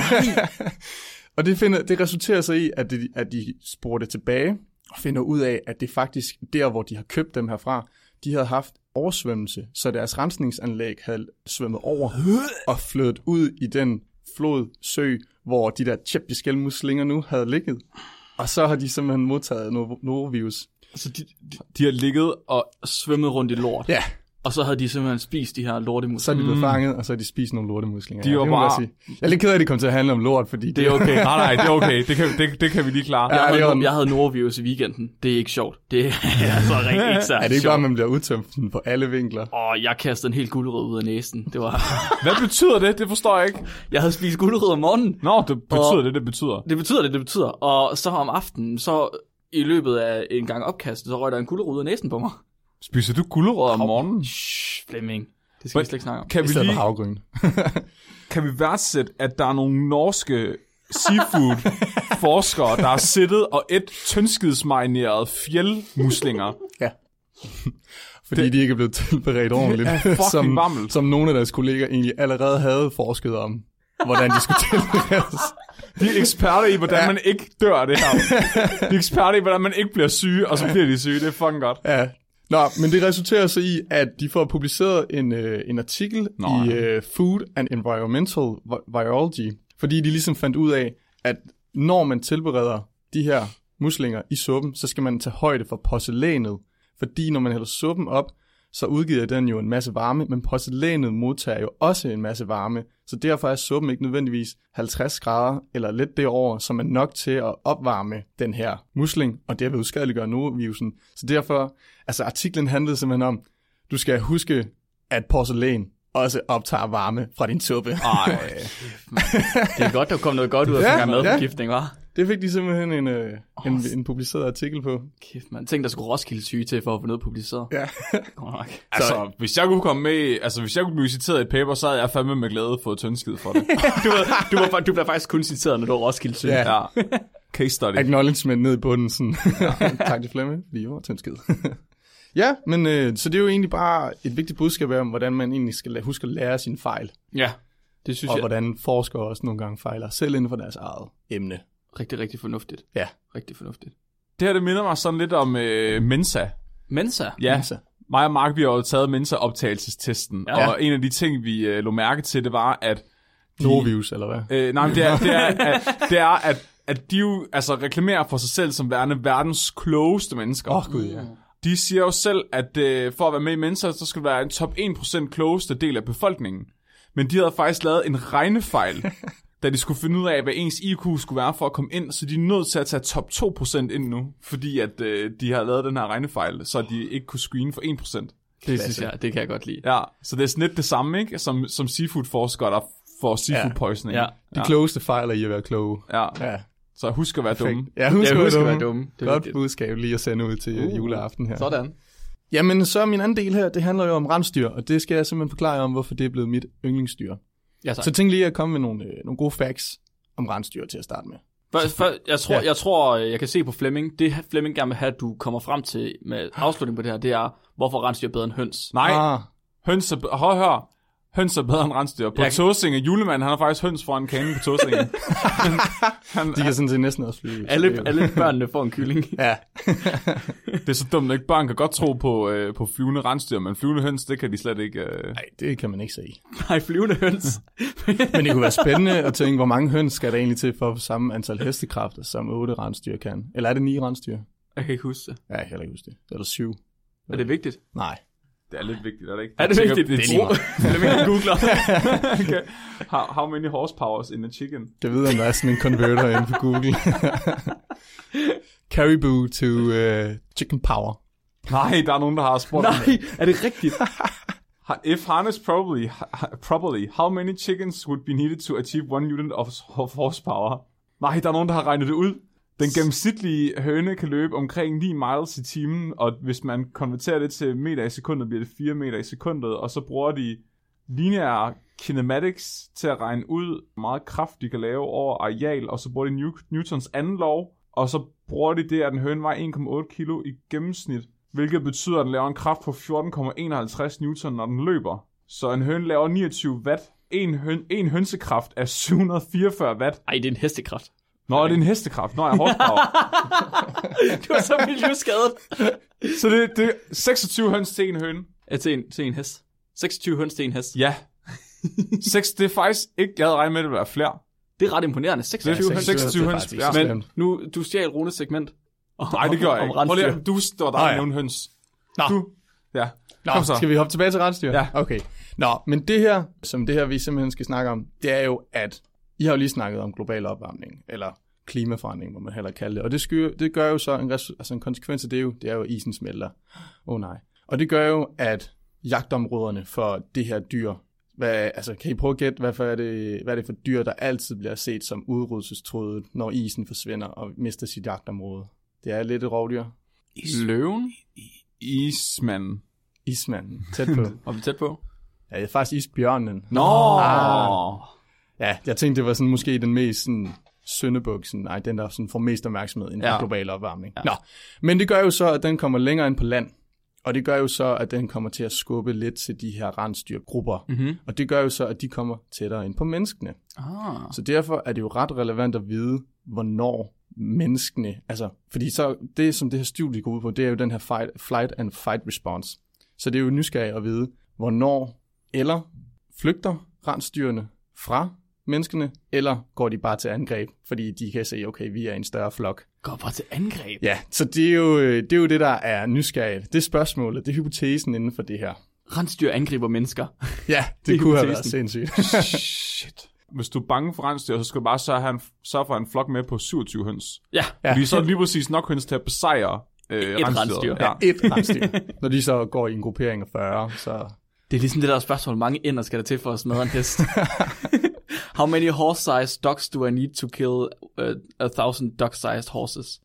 Og det resulterer så i, at de sporer det tilbage, og finder ud af, at det faktisk der, hvor de har købt dem herfra, de havde haft oversvømmelse, så deres rensningsanlæg havde svømmet over og flødet ud i den flod, sø, hvor de der tjebbeskjelmuslinger nu havde ligget. Og så har de simpelthen modtaget norovirus. Så De har ligget og svømmet rundt i lort. Ja, Og så havde de simpelthen spist de her lortemuslinger. så er de blevet fanget, og så har de spist nogle lortemuslinger. De var det må bare- jeg sige. Jeg er lidt ked af, at det kom til at handle om lort, fordi Det er okay. nej, det er okay. Det kan vi lige klare. Ja, det er jo- Jeg havde norovirus i weekenden. Det er ikke sjovt. Det er altså rigtig ikke særlig er det ikke bare, sjovt. at man bliver udtømt på alle vinkler? Jeg kastede en helt gulerod ud af næsen. Det var... Hvad betyder det? Det forstår jeg ikke. Jeg havde spist gulerod om morgenen. Nå, det betyder det betyder. Det betyder. Og så om aftenen, så i løbet af en gang opkast, så røg der en gulerod ud af næsen på mig. Spiser du gulerødder om morgenen? Flemming. Det skal vi slet ikke snakke om. Kan I vi stedet for lige havgryn. kan vi værdsætte, at der er nogle norske seafood-forskere, der har siddet og et tyndskidsmarineret fjeldmuslinger. Ja. Fordi de ikke er blevet tilberedt ordentligt. Det er fucking vammelt. som nogle af deres kolleger egentlig allerede havde forsket om, hvordan de skulle tilberedes. De er eksperter i, hvordan man ikke dør af det her. De er eksperter i, hvordan man ikke bliver syge, og så bliver de syge. Det er fucking godt. Ja. Nå, men det resulterer så i, at de får publiceret en artikel i Food and Environmental Virology, fordi de ligesom fandt ud af, at når man tilbereder de her muslinger i suppen, så skal man tage højde for porcelænet, fordi når man hælder suppen op, så udgiver den jo en masse varme, men porcelænet modtager jo også en masse varme, så derfor er suppen ikke nødvendigvis 50 grader eller lidt derover, som er nok til at opvarme den her musling, og derved uskadeliggøre norovirusen. Så derfor, altså artiklen handlede simpelthen om, du skal huske, at porcelæn også optager varme fra din suppe. Ej. Det er godt, der kom noget godt ud af Ja, den her madforgiftning, hva'? Det fik de simpelthen en publiceret artikel på. Kæft, man. Tænk, der skulle Roskilde syge til for at få noget publiceret. Ja. Godt nok. Altså, hvis jeg kunne komme med, hvis jeg kunne blive citeret i et paper, så havde jeg fandme med glæde fået tyndskid for det. Du bliver faktisk kun citeret, når du er Roskilde syge. Ja. Ja. Case study. Acknowledgement ned i bunden, sådan. Tak til Flemme, fordi jeg var tyndskid. Ja, men så det er jo egentlig bare et vigtigt budskab om, hvordan man egentlig skal huske at lære sine fejl. Ja, det synes Og jeg hvordan forskere også nogle gange fejler, selv inden for deres eget emne. er rigtig, rigtig fornuftigt. Ja. Rigtig fornuftigt. Det her, det minder mig sådan lidt om Mensa. Mensa? Ja, Mensa. mig og Mark, vi har jo taget Mensa-optagelsestesten, Ja. og en af de ting, vi lå mærke til, det var, at Norovirus, eller hvad? nej, men det er, at de jo altså reklamerer for sig selv som værende verdens klogeste mennesker. Gud, ja. De siger jo selv, at for at være med i Mensa, så skal du være en top 1% klogeste del af befolkningen. Men de havde faktisk lavet en regnefejl, da de skulle finde ud af, hvad ens IQ skulle være for at komme ind, så de er nødt til at tage top 2% ind nu, fordi at de har lavet den her regnefejl, så de ikke kunne screene for 1%. Det synes jeg, det kan jeg godt lide. Ja, så det er sådan lidt det samme, ikke? Som seafood-forskere, der får seafood poisoning. Ja. De klogeste fejl er i at være kloge. Ja. Ja. Så husk at være dumme. Ja, husk Jeg at husker at være være dumme. dumme. Det er Godt vigtigt. budskab lige at sende ud til juleaften her. Sådan. Jamen, så min anden del her, det handler jo om rensdyr, og det skal jeg simpelthen forklare om, hvorfor det er blevet mit yndlingsdyr. Ja, tak. Så tænk lige at komme med nogle gode facts om rensdyr til at starte med. Jeg tror, jeg kan se på Flemming. Det Flemming gerne vil have, at du kommer frem til med afslutning på det her, det er, hvorfor rensdyr er bedre end høns. Nej, Ah, høns er, hør. Høns er bedre end rensdyr. På Tåsinge, julemanden, han har faktisk høns foran kanen på Tåsinge. De kan sådan set næsten også flyve. Alle børnene får en kylling. Ja. Det er så dumt, ikke? Børn kan godt tro på flyvende rensdyr, men flyvende høns, det kan de slet ikke... Nej, det kan man ikke se. Nej, flyvende høns. Men det kunne være spændende at tænke, hvor mange høns skal der egentlig til for at få samme antal hestekræfter, som 8 rensdyr kan. Eller er det 9 rensdyr? Jeg kan ikke huske det. Ja, jeg kan heller ikke huske det. Eller 7. Er det vigtigt? Nej. Det er lidt vigtigt, er det ikke? Er det vigtigt? Det er lige meget. Jeg googler. Okay. How many horsepowers in a chicken? Jeg ved, om der er sådan en converter inde på Google. Caribou to chicken power. Nej, der er nogen, der har spurgt. Nej, er det rigtigt? If harnessed properly, how many chickens would be needed to achieve 1 unit of horsepower? Nej, der er nogen, der har regnet det ud. Den gennemsnitlige høne kan løbe omkring 9 miles i timen, og hvis man konverterer det til meter i sekundet, bliver det 4 meter i sekundet, og så bruger de linear kinematics til at regne ud, hvor meget kraft de kan lave over areal, og så bruger de Newtons anden lov, og så bruger de det, at en høne vejer 1,8 kilo i gennemsnit, hvilket betyder, at den laver en kraft på 14,51 newton, når den løber. Så en høne laver 29 watt. En hønsekraft er 744 watt. Ej, det er en hestekraft. Nå, det er en hestekraft. Nå, jeg har horsepower. Du er så miljøskadet. Så det er 26 høns til en høne. Til en hest. 26 høns til en hest. Ja. 6, det er faktisk ikke, jeg havde regnet med, at det ville være flere. Det er ret imponerende. 26 høns. 26 høns. Ja. Men nu, du stjal Runes segment. Nej, det gør jeg ikke. Prøv lige, du står der og nævner høns. Nå. Ja. Nå, kom så. Skal vi hoppe tilbage til rensdyr? Ja. Okay. Nå, men det her, vi simpelthen skal snakke om, det er jo, at I har jo lige snakket om global opvarmning, eller klimaforandring, må man heller kalde det. Og det gør jo så, en konsekvens af det er jo, at isen smelter. Nej. Og det gør jo, at jagtområderne for det her dyr, kan I prøve at gætte, hvad er det for dyr, der altid bliver set som udryddelsestruet, når isen forsvinder og mister sit jagtområde? Det er lidt et rovdyr. Løven? Ismanden. Ismanden. Tæt på. Var vi tæt på? Ja, det er faktisk isbjørnen. Nå! Ja, jeg tænkte, det var sådan måske den mest sådan syndebuk, den der sådan får mest opmærksomhed inden for global opvarmning. Ja. Nå, men det gør jo så, at den kommer længere ind på land. Og det gør jo så, at den kommer til at skubbe lidt til de her rensdyrgrupper. Mm-hmm. Og det gør jo så, at de kommer tættere ind på menneskene. Så derfor er det jo ret relevant at vide, hvornår menneskene, fordi så det, som det her studie går ud på, det er jo den her flight and fight response. Så det er jo nysgerrig at vide, hvornår eller flygter rensdyrene fra menneskene, eller går de bare til angreb, fordi de kan se, okay, vi er en større flok. Går bare til angreb? Ja, så det er jo det, der er nysgerrigt. Det er spørgsmålet, det er hypotesen inden for det her. Rensdyr angriber mennesker. Ja, det kunne have været sindssygt. Shit. Hvis du er bange for rensdyr, så skal du bare sørge for en flok med på 27 høns. Ja. Fordi så er lige præcis nok høns til at besejre et rensdyr. Ja, et rensdyr. Når de så går i en gruppering af 40, så... Det er ligesom det der spørgsmål, hvor mange ender skal der til for at smadre en hest? How many horse-sized dogs do I need to kill 1,000 dog-sized horses?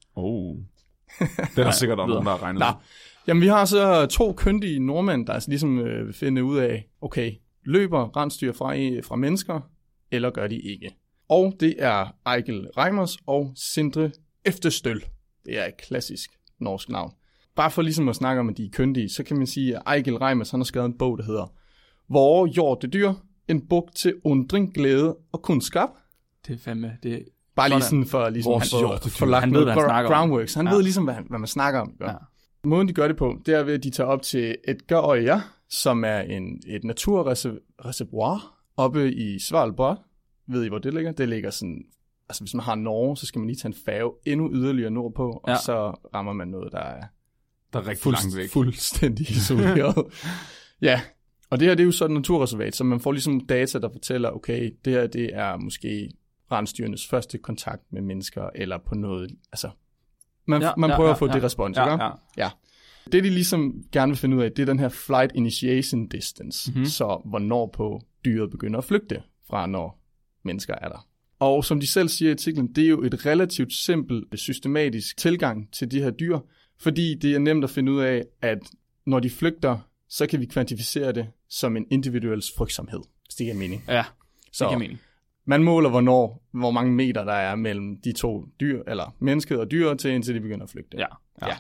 Det er der sikkert nogen, der har regnet. Jamen, vi har så 2 kyndige nordmænd, der ligesom vil finde ud af, okay, løber rensdyr fra mennesker, eller gør de ikke? Og det er Eigil Reimers og Sindre Eftestøl. Det er et klassisk norsk navn. Bare for ligesom at snakke om, at de er kyndige, så kan man sige, at Eigil Reimers, han har skrevet en bog, der hedder Vore hjortedyr, en bog til undring, glæde og kundskab. Det er fandme, det er... Bare lige sådan for ligesom for lagt han ved, hvad han groundworks. Han ved ligesom, hvad man snakker om. Ja. Måden, de gør det på, det er ved, at de tager op til Edgarøya, som er et naturreservoir oppe i Svalbard. Ved I, hvor det ligger? Det ligger sådan... Altså, hvis man har Norge, så skal man lige tage en færge endnu yderligere nordpå, og så rammer man noget, der er rigtig langt væk. Fuldstændig isoleret. Ja, og det her, det er jo sådan et naturreservat, så man får ligesom data, der fortæller, okay, det her, det er måske rensdyrenes første kontakt med mennesker, eller på noget, altså, man prøver at få det respons, ikke? Ja. Det, de ligesom gerne vil finde ud af, det er den her flight initiation distance, så hvornår på dyret begynder at flygte fra, når mennesker er der. Og som de selv siger i artiklen, det er jo et relativt simpelt, systematisk tilgang til de her dyr, fordi det er nemt at finde ud af, at når de flygter, så kan vi kvantificere det som en individuels frygtsomhed, hvis det giver mening. Ja, det giver mening. Man måler, hvor mange meter der er mellem de 2 dyr, eller mennesket og dyret, til indtil de begynder at flygte. Ja.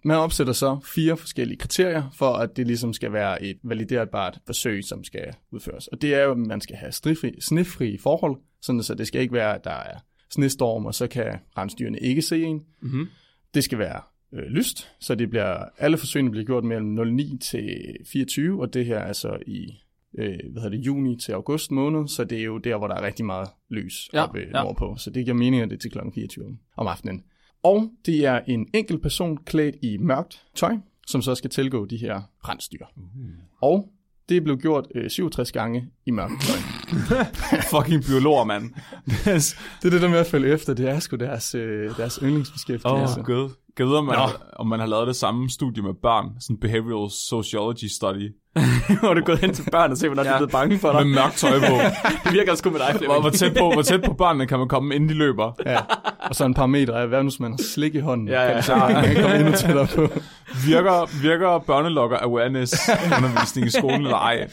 Man opsætter så 4 forskellige kriterier, for at det ligesom skal være et validerbart forsøg, som skal udføres. Og det er jo, at man skal have snefri forhold, sådan så det skal ikke være, at der er snestorm, og så kan rensdyrene ikke se en. Mm-hmm. Det skal være lyst, så alle forsøgene bliver gjort mellem 09 til 24, og det her er så i juni til august måned, så det er jo der, hvor der er rigtig meget lys oppe nordpå. Så det giver mening, at det er til kl. 24 om aftenen. Og det er en enkelt person klædt i mørkt tøj, som så skal tilgå de her rensdyr. Og det blev gjort 67 gange i mørkt tøj. Fucking biologer, mand. Det er det der med at følge efter. Det er sgu deres yndlingsbeskæftigelse. Gud. Kan vide, om man har lavet det samme studie med børn. Sådan behavioral sociology study. Hvor du er gået hen til børn og se, hvordan de er blevet bange for dig. Med mørkt tøj på. Det virker sgu med dig, Flemming. Hvor tæt på børnene kan man komme, inden de løber. Ja. Og så en par meter af, hvad nu, man har slik i hånden. Kan man komme endnu tættere på. Virker børnelokker awareness undervisning i skolen eller ej?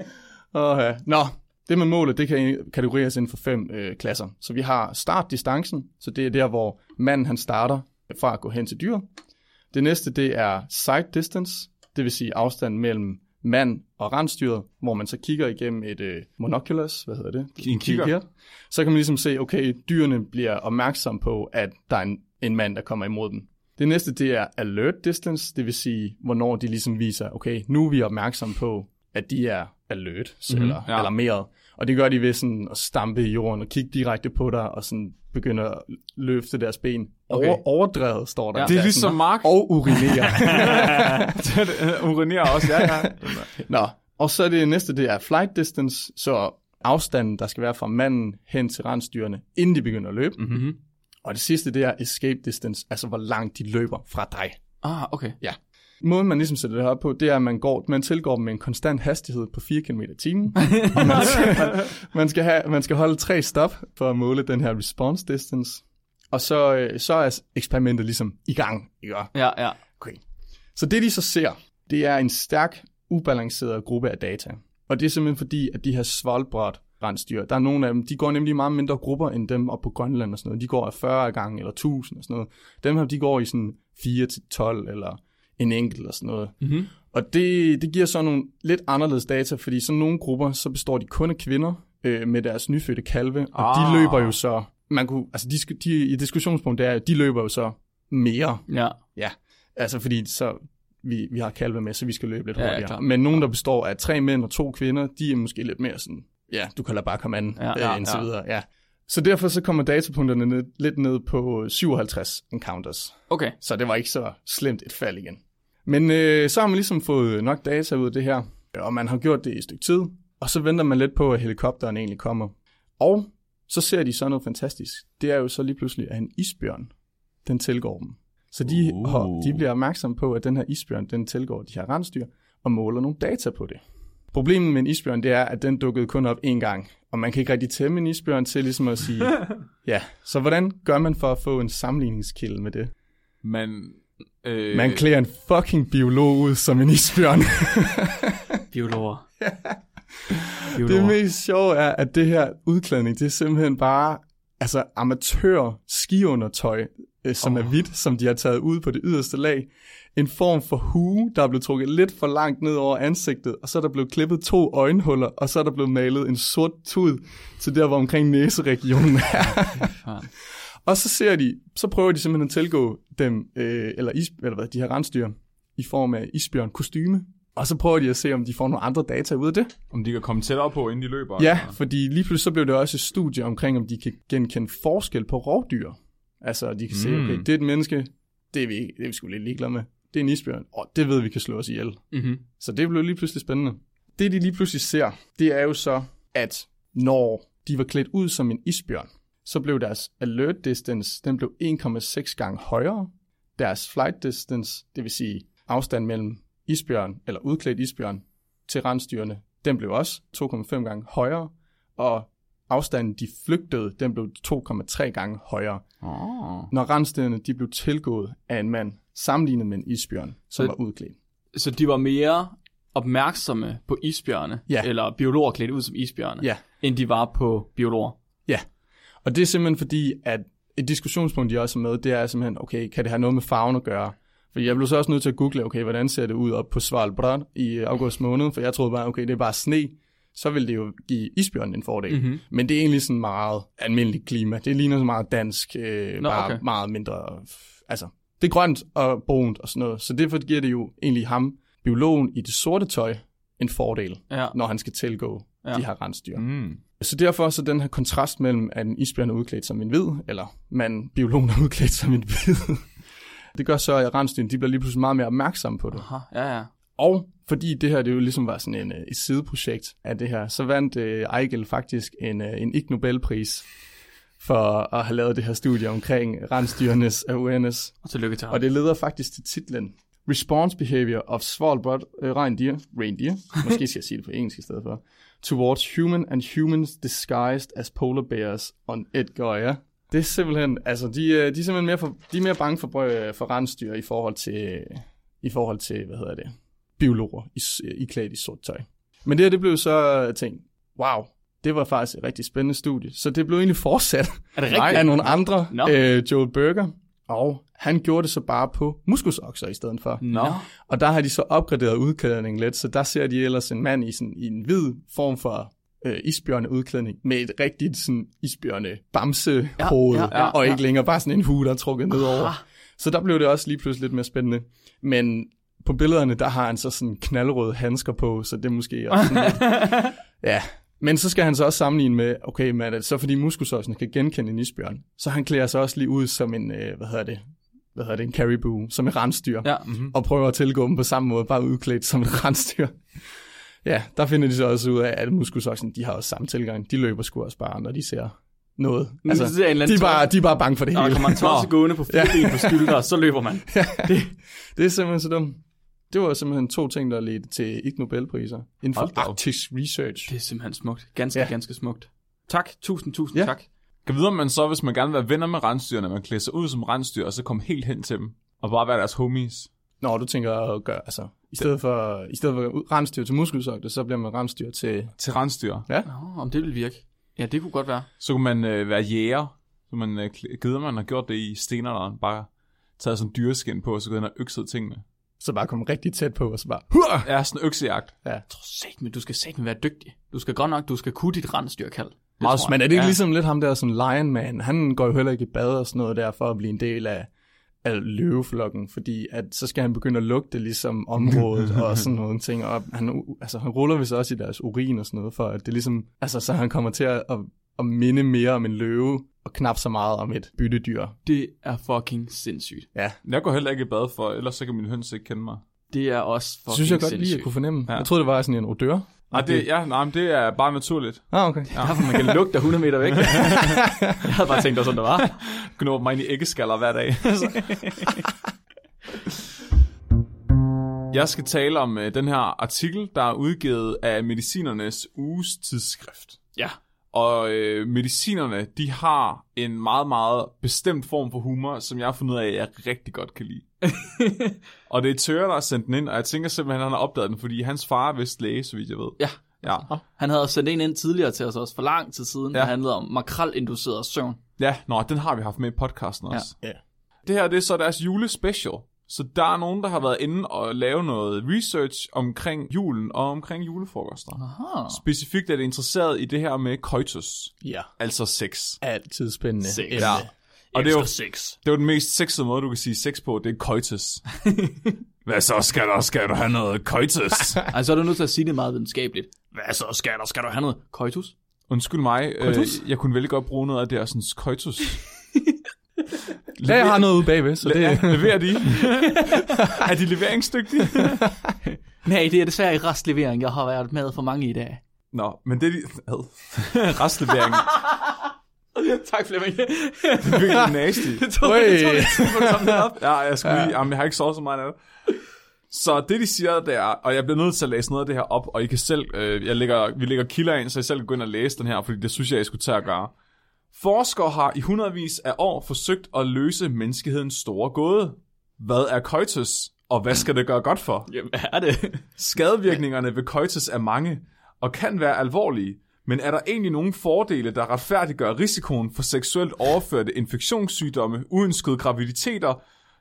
Nå, det med målet, det kan kategoriseres inden for 5 klasser. Så vi har startdistancen, så det er der, hvor manden han starter fra at gå hen til dyret. Det næste, det er sight distance, det vil sige afstanden mellem mand og rensdyret, hvor man så kigger igennem et monoculus, hvad hedder det? En kigger. Så kan man ligesom se, okay, dyrene bliver opmærksom på, at der er en mand, der kommer imod dem. Det næste, det er alert distance, det vil sige, hvornår de ligesom viser, okay, nu er vi opmærksom på, at de er alert, eller alarmeret. Og det gør de ved sådan at stampe i jorden og kigge direkte på dig, og sådan begynde at løfte deres ben. Okay. Overdrevet, står der. Ja. Det er ligesom Mark. Og urinere. Urinere også, ja. Nå, og så det næste, det er flight distance, så afstanden, der skal være fra manden hen til rensdyrene, inden de begynder at løbe. Mm-hmm. Og det sidste, det er escape distance, altså hvor langt de løber fra dig. Okay. Ja. Måden, man ligesom sætter det her på, det er, at man tilgår dem med en konstant hastighed på 4 km i timen. Og man skal holde 3 stop for at måle den her response distance. Og så er eksperimentet ligesom i gang. Ikke? Ja. Okay. Så det, de så ser, det er en stærk, ubalanceret gruppe af data. Og det er simpelthen fordi, at de her Svalbard rensdyr, der er nogle af dem, de går nemlig meget mindre grupper end dem op på Grønland og sådan noget. De går af 40 gange eller 1000 og sådan noget. Dem her, de går i sådan 4-12 eller en enkelt og sådan noget. Mm-hmm. Og det giver så nogle lidt anderledes data, fordi sådan nogle grupper, så består de kun af kvinder med deres nyfødte kalve, og de løber jo så, i diskussionspunktet er, at de løber jo så mere. Ja. Altså fordi så vi har kalve med, så vi skal løbe lidt hurtigere. Ja, men nogen, der består af 3 mænd og 2 kvinder, de er måske lidt mere sådan, ja, du kan lade bare komme an, indtil videre. Ja. Så derfor så kommer datapunkterne lidt ned på 57 encounters. Okay. Så det var ikke så slemt et fald igen. Men så har man ligesom fået nok data ud af det her, og man har gjort det i et stykke tid, og så venter man lidt på, at helikopteren egentlig kommer. Og så ser de så noget fantastisk. Det er jo så lige pludselig, at en isbjørn, den tilgår dem. Så de bliver opmærksomme på, at den her isbjørn, den tilgår de her rensdyr, og måler nogle data på det. Problemet med en isbjørn, det er, at den dukkede kun op 1 gang, og man kan ikke rigtig tæmme en isbjørn til ligesom at sige, ja, så hvordan gør man for at få en sammenligningskilde med det? Man klæder en fucking biolog ud som en isbjørn. Biologer. Det mest sjove er, at det her udklædning, det er simpelthen bare amatør skiundertøj, som er hvidt, som de har taget ud på det yderste lag. En form for hue, der er blevet trukket lidt for langt ned over ansigtet, og så er der blevet klippet 2 øjenhuller, og så er der blevet malet en sort tud til der, hvor omkring næseregionen er. Og så prøver de simpelthen at tilgå dem, de her rensdyr, i form af isbjørn kostyme. Og så prøver de at se, om de får nogle andre data ud af det. Om de kan komme tættere på, inden de løber. Ja, fordi lige pludselig så blev det også et studie omkring, om de kan genkende forskel på rovdyr. Altså, de kan se, okay, det er et menneske, det er vi sgu lidt ligeglade med. Det er en isbjørn, og det ved vi kan slå os ihjel. Mm-hmm. Så det blev lige pludselig spændende. Det, de lige pludselig ser, det er jo så, at når de var klædt ud som en isbjørn, så blev deres alert distance, den blev 1,6 gange højere. Deres flight distance, det vil sige afstand mellem isbjørn, eller udklædt isbjørn, til rensdyrene, den blev også 2,5 gange højere, og afstanden, de flygtede, den blev 2,3 gange højere. Når rensdyrene, de blev tilgået af en mand, sammenlignet med en isbjørn, som var udklædt. Så de var mere opmærksomme på isbjørne, eller biologer klædt ud som isbjørne, end de var på biologer? Ja, og det er simpelthen fordi, at et diskussionspunkt, de også er med, det er simpelthen, okay, kan det have noget med farven at gøre? For jeg blev så også nødt til at google, okay, hvordan ser det ud op på Svalbard i august måned, for jeg troede bare, okay, det er bare sne, så vil det jo give isbjørnen en fordel. Mm-hmm. Men det er egentlig sådan meget almindeligt klima. Det ligner så meget dansk, bare meget mindre, altså, det er grønt og brunt og sådan noget, så derfor giver det jo egentlig ham, biologen i det sorte tøj, en fordel, når han skal tilgå de her rensdyr. Mm. Så derfor så den her kontrast mellem, at en isbjørn er udklædt som en hvid, eller biologen er udklædt som en hvid, det gør så, at rensdyrene, de bliver lige pludselig meget mere opmærksomme på det. Aha, ja. Og fordi det her, det jo ligesom var sådan et sideprojekt af det her, så vandt Eigel faktisk en Ig Nobelpris for at have lavet det her studie omkring rensdyrenes awareness. Og tillykke til ham. Og det leder faktisk til titlen Response Behavior of Svalbard Reindeer, måske skal jeg sige det på engelsk i stedet for, towards human and humans disguised as polar bears on Edgøya. Det er simpelthen, altså de er simpelthen mere bange for rensdyr i forhold til biologer i klædt i sort tøj. Men det blev så tænkt, wow, det var faktisk et rigtig spændende studie. Så det blev egentlig fortsat af nogle andre, Joel Berger, og han gjorde det så bare på muskusokser i stedet for. Og der har de så opgraderet udklædningen lidt, så der ser de ellers en mand i en hvid form for isbjørneudklædning med et rigtigt sådan isbjørne-bamsehoved, og ikke længere bare sådan en hue, der er trukket nedover. Så der blev det også lige pludselig lidt mere spændende. Men på billederne, der har han så sådan knaldrøde handsker på, så det er måske også sådan lidt, ja. Men så skal han så også sammenligne med, okay, men så fordi muskusoksene kan genkende en isbjørn, så han klæder sig også lige ud som en, en caribou, som et rensdyr, og prøver at tilgå dem på samme måde, bare udklædt som et rensdyr. Ja, der finder de så også ud af, at muskusoksene, de har også samme tilgang. De løber sgu også bare, når de ser noget. Altså, de er bare bange for det hele. Og kommer man tosset gående på 4 ben på skylder, så løber man. Det er simpelthen så dumt. Det var simpelthen 2 ting, der ledte til Ig Nobelpriser inden for Arctic Research. Det er simpelthen smukt. Ganske smukt. Tak. Tusind tak. Kan vide, om man så, hvis man gerne vil være venner med rensdyrene, man klæder sig ud som rensdyr, og så komme helt hen til dem, og bare være deres homies? Nå, du tænker at gøre, altså, i stedet for rensdyr til muskelsokter, så bliver man rensdyr til rensdyr. Ja. Om det vil virke. Ja, det kunne godt være. Så kunne man være jæger, så man gider man har gjort det i stenalderen, bare taget sådan dyreskin på, og så går ind og økset tingene. Så bare komme rigtig tæt på, og så bare... Ja, sådan en øksejagt. Ja. Jeg tror du skal satme være dygtig. Du skal kunne dit rensdyrkald. Men er det ikke ligesom lidt ham der, sådan Lion Man? Han går jo heller ikke i bad og sådan noget der, for at blive en del af løveflokken, fordi at så skal han begynde at lugte ligesom området og sådan nogle ting, og han ruller vist også i deres urin og sådan noget, for at det ligesom, altså så han kommer til at minde mere om en løve, og knap så meget om et byttedyr. Det er fucking sindssygt. Ja. Jeg går heller ikke i bad for, ellers så kan min høns ikke kende mig. Det er også fucking sindssygt. Synes jeg godt lige at kunne fornemme. Ja. Jeg troede, det var sådan en odør. Nej, det er bare naturligt. Okay. Ja. Derfor man kan lugte 100 meter væk. Jeg havde bare tænkt, at sådan det var. Gnår mig ind i æggeskaller hver dag. Jeg skal tale om den her artikel, der er udgivet af Medicinernes Uges Tidsskrift. Ja. Og medicinerne, de har en meget, meget bestemt form for humor, som jeg har fundet ud af, at jeg rigtig godt kan lide. Og det er Tøre, der har sendt den ind, og jeg tænker simpelthen, at han har opdaget den, fordi hans far er vist læge, så vidt jeg ved. Ja. Han havde sendt en ind tidligere til os også, for lang tid siden, der handlede om makrelinduceret søvn. Ja, den har vi haft med i podcasten også. Ja. Det her, det er så deres julespecial. Så der er nogen, der har været inde og lave noget research omkring julen og omkring julefrokoster. Aha. Specifikt er det interesseret i det her med coitus. Ja. Altså sex. Altid spændende. Sex. Ja. Og det er jo den mest sexede måde, du kan sige sex på, det er coitus. Hvad så skal du have noget coitus? Altså er du nødt til at sige det meget videnskabeligt. Hvad så skal du have noget coitus? Undskyld mig, jeg kunne vel godt bruge noget af det her sådan coitus. Ja, jeg har noget ude bagved, så det... Leverer de? Er de leveringsdygtige? Nej, det er desværre i restlevering. Jeg har været med for mange i dag. Nå, men det er de... Restlevering. Tak, Flemming. Det er virkelig nasty. Det tror jeg. Ja, jeg skulle lige... Jamen, jeg har ikke sovet så meget af det. Så det, de siger, det er... Og jeg bliver nødt til at læse noget af det her op, og I kan selv... vi lægger kilder ind, så I selv kan gå ind og læse den her, fordi det synes jeg skulle tage at gøre. Forskere har i hundredvis af år forsøgt at løse menneskehedens store gåde. Hvad er coitus, og hvad skal det gøre godt for? Jamen, hvad er det? Skadevirkningerne ved coitus er mange, og kan være alvorlige, men er der egentlig nogle fordele, der retfærdiggør risikoen for seksuelt overførte infektionssygdomme, uønskede graviditeter,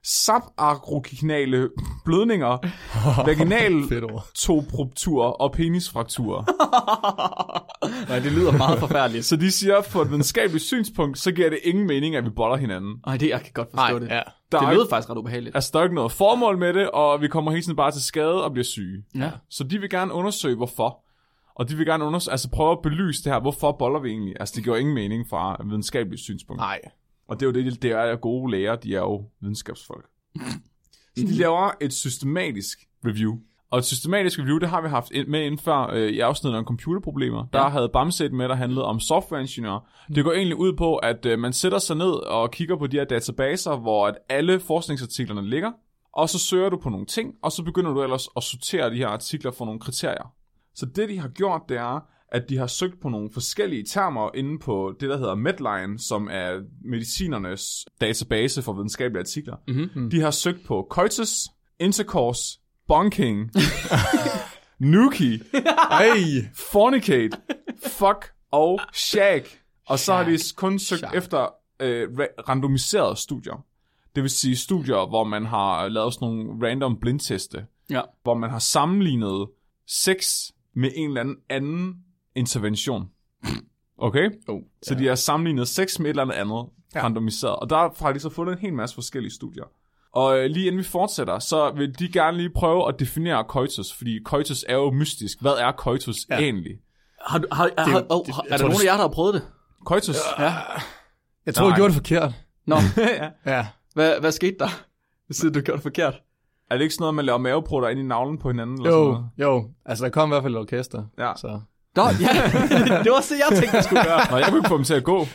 subarachnoidale blødninger, vaginaltopruptur og penisfrakturer. Nej, det lyder meget forfærdeligt. Så de siger, på et videnskabeligt synspunkt, så giver det ingen mening, at vi boller hinanden. Nej, jeg kan godt forstå det. Ja. Det lyder faktisk ret ubehageligt. Altså, der er ikke noget formål med det, og vi kommer hele tiden bare til skade og bliver syge. Ja. Så de vil gerne undersøge, hvorfor. Og de vil gerne prøve at belyse det her, hvorfor boller vi egentlig? Altså, det giver ingen mening fra et videnskabeligt synspunkt. Nej. Og det er jo det er gode læger, de er jo videnskabsfolk. Så de laver et systematisk review. Og et systematisk review, det har vi haft med inden før i afsnittet om computerproblemer. Der havde Bamse med, der handlede om softwareingeniører. Det går egentlig ud på, at man sætter sig ned og kigger på de her databaser, hvor at alle forskningsartiklerne ligger. Og så søger du på nogle ting, og så begynder du ellers at sortere de her artikler for nogle kriterier. Så det, de har gjort, det er, at de har søgt på nogle forskellige termer inde på det, der hedder Medline, som er medicinernes database for videnskabelige artikler. Mm-hmm. De har søgt på coitus, intercourse, bonking, nuki, fornicate, fuck og shag. Og så har de kun søgt efter randomiserede studier. Det vil sige studier, hvor man har lavet sådan nogle random blindteste, hvor man har sammenlignet sex med en eller anden intervention. Okay? Så de har sammenlignet sex med et eller andet randomiseret. Og der har de så fundet en hel masse forskellige studier. Og lige inden vi fortsætter, så vil de gerne lige prøve at definere coitus, fordi coitus er jo mystisk. Hvad er coitus egentlig? Er der nogen af jer, der har prøvet det? Coitus? Ja. Jeg tror, jeg gjorde det forkert. Nå. Ja. Hvad skete der? Siden du gjorde det forkert? Er det ikke sådan noget, man laver maveprutter ind i navlen på hinanden? Eller sådan noget? Jo. Altså, der kom i hvert fald et orkester. Ja. Så. Nå, ja. Det var også det, jeg tænkte, jeg skulle gøre. Nå, jeg kunne ikke få dem til at gå.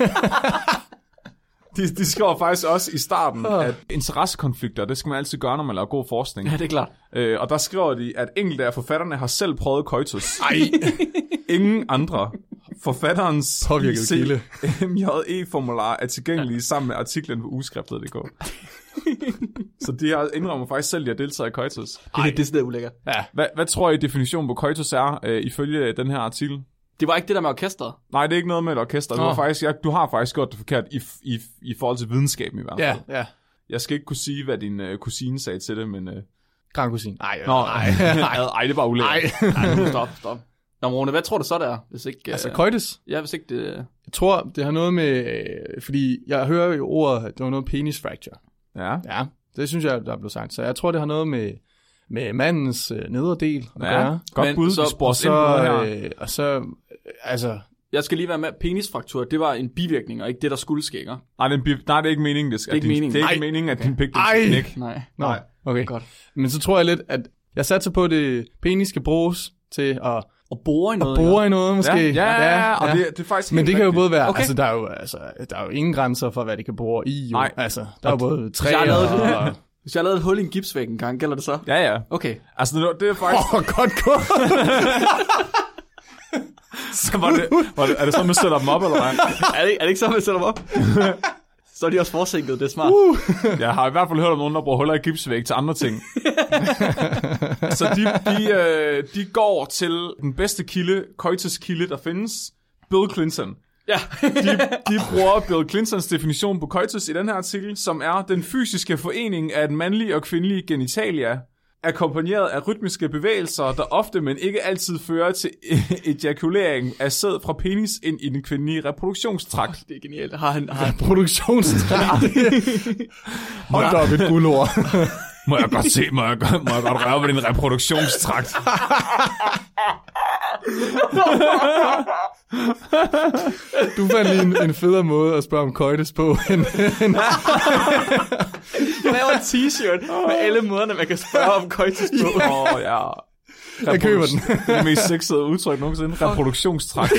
De skriver faktisk også i starten, at interessekonflikter, det skal man altid gøre, når man laver god forskning. Ja, det er klart. Og der skriver de, at enkelte af forfatterne har selv prøvet coitus. Ingen andre. Forfatterens ICMJE-formular er tilgængelige sammen med artiklen på ugeskriftet.dk. Så de har indrømmer faktisk selv, at de har deltaget i coitus. Det er ulækkert. Ja. Hvad tror I definitionen på coitus er, ifølge den her artikel? Det var ikke det der med orkestret? Nej, det er ikke noget med et orkester. Du har faktisk gjort det forkert i forhold til videnskaben i hvert fald. Ja. Jeg skal ikke kunne sige, hvad din kusine sagde til det, men... Grandkusine. Nej, det er bare ulækkert. Nej, stop. Nå, Rune, hvad tror du så, der er? Hvis ikke, altså, coitus? Ja, hvis ikke det... Jeg tror, det har noget med... fordi jeg hører jo ordet, det var noget penis fracture. Ja, det synes jeg, der er blevet sagt. Så jeg tror, det har noget med mandens nederdel at gøre. Godt bud, så spores ind på her. Og så, altså... Jeg skal lige være med, penisfraktur, det var en bivirkning, og ikke det, der skulle ske, ikke? Nej, det er ikke meningen, det skal. Det er ikke meningen, at din pik skal knække. Nej. Okay. Godt. Men så tror jeg lidt, at jeg satser på, at det penis skal bruges til at bore i noget. Bore i noget, måske. Ja. Og det er faktisk. Men det kan jo både være, okay. Altså der er jo ingen grænser for, hvad det kan bore i. Jo. Nej. Altså, der er jo både træer Hvis jeg lavede et hul i en gipsvæg en gang, gælder det så? Ja. Okay. Altså, det er faktisk... godt gået. Så er det så, man sætter dem op, eller hvad? Er det ikke så, man sætter dem op? Så er de også forsinket, det er smart. Jeg har i hvert fald hørt om nogen, der bruger huller i gipsvæg til andre ting. Så de går til den bedste coitus-kilde, der findes. Bill Clinton. Ja. de bruger Bill Clintons definition på coitus i den her artikel, som er den fysiske forening af den mandlige og kvindelige genitalia, akkompagneret af rytmiske bevægelser, der ofte, men ikke altid fører til ejakulering af sæd fra penis ind i den kvindelige reproduktionstrakt. Det er genialt. Har han reproduktionstrakt? Hold da op et guldord. Må jeg godt røre på din reproduktionstrakt? Du fandt lige en federe måde at spørge om coitus på. Jeg laver en t-shirt med alle måderne, man kan spørge om coitus på. Ja. Jeg køber den. Det er det mest sexede udtryk nogensinde. Reproduktionstrakt.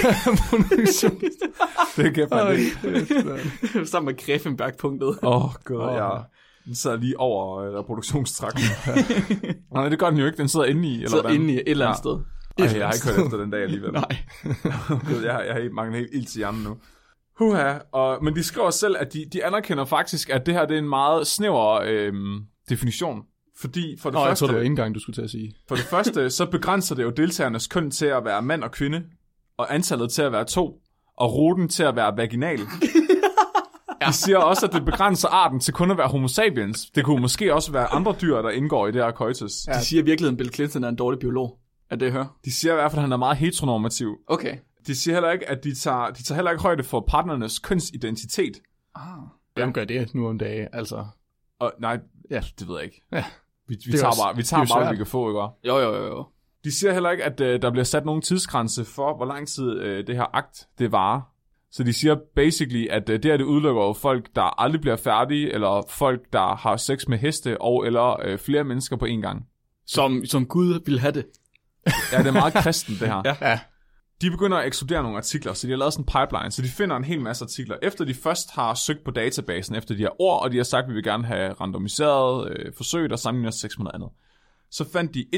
Det kan man ikke. Sammen med Greffenberg-punktet. God, ja. Den sidder lige over reproduktionstrakten. Nej, det gør den jo ikke. Den sidder inde i. Eller sidder inde i et eller andet sted. Ej, jeg har ikke hørt efter den dag alligevel. Nej. Jeg har manglet helt ild til hjernen nu. Men de skriver selv, at de anerkender faktisk, at det her det er en meget snæver definition. Fordi for det første... Jeg tror, det var indgang, du skulle til at sige. For det første, så begrænser det jo deltagernes køn til at være mand og kvinde, og antallet til at være 2, og ruten til at være vaginal. De siger også, at det begrænser arten til kun at være homo sapiens. Det kunne måske også være andre dyr, der indgår i det her coitus. De siger virkelig, at Bill Clinton er en dårlig biolog. Er det, jeg hører? De siger i hvert fald, at han er meget heteronormativ. Okay. De siger heller ikke, at de tager heller ikke højde for partnernes kønsidentitet. Hvem gør det nu om dagen, altså? Og nej, det ved jeg ikke. Ja. Vi tager bare, hvad vi kan få, ikke? Jo. De siger heller ikke, at der bliver sat nogen tidsgrænse for, hvor lang tid det her akt, det varer. Så de siger basically, at det udelukker jo folk, der aldrig bliver færdige, eller folk, der har sex med heste, og eller flere mennesker på én gang. Som Gud vil have det. Ja, det er meget kristen, det her. Ja. De begynder at ekskludere nogle artikler, så de har lavet sådan en pipeline, så de finder en hel masse artikler. Efter de først har søgt på databasen efter de her ord, og de har sagt, at vi vil gerne have randomiseret forsøg, der sammenligner 600 andet. Så fandt de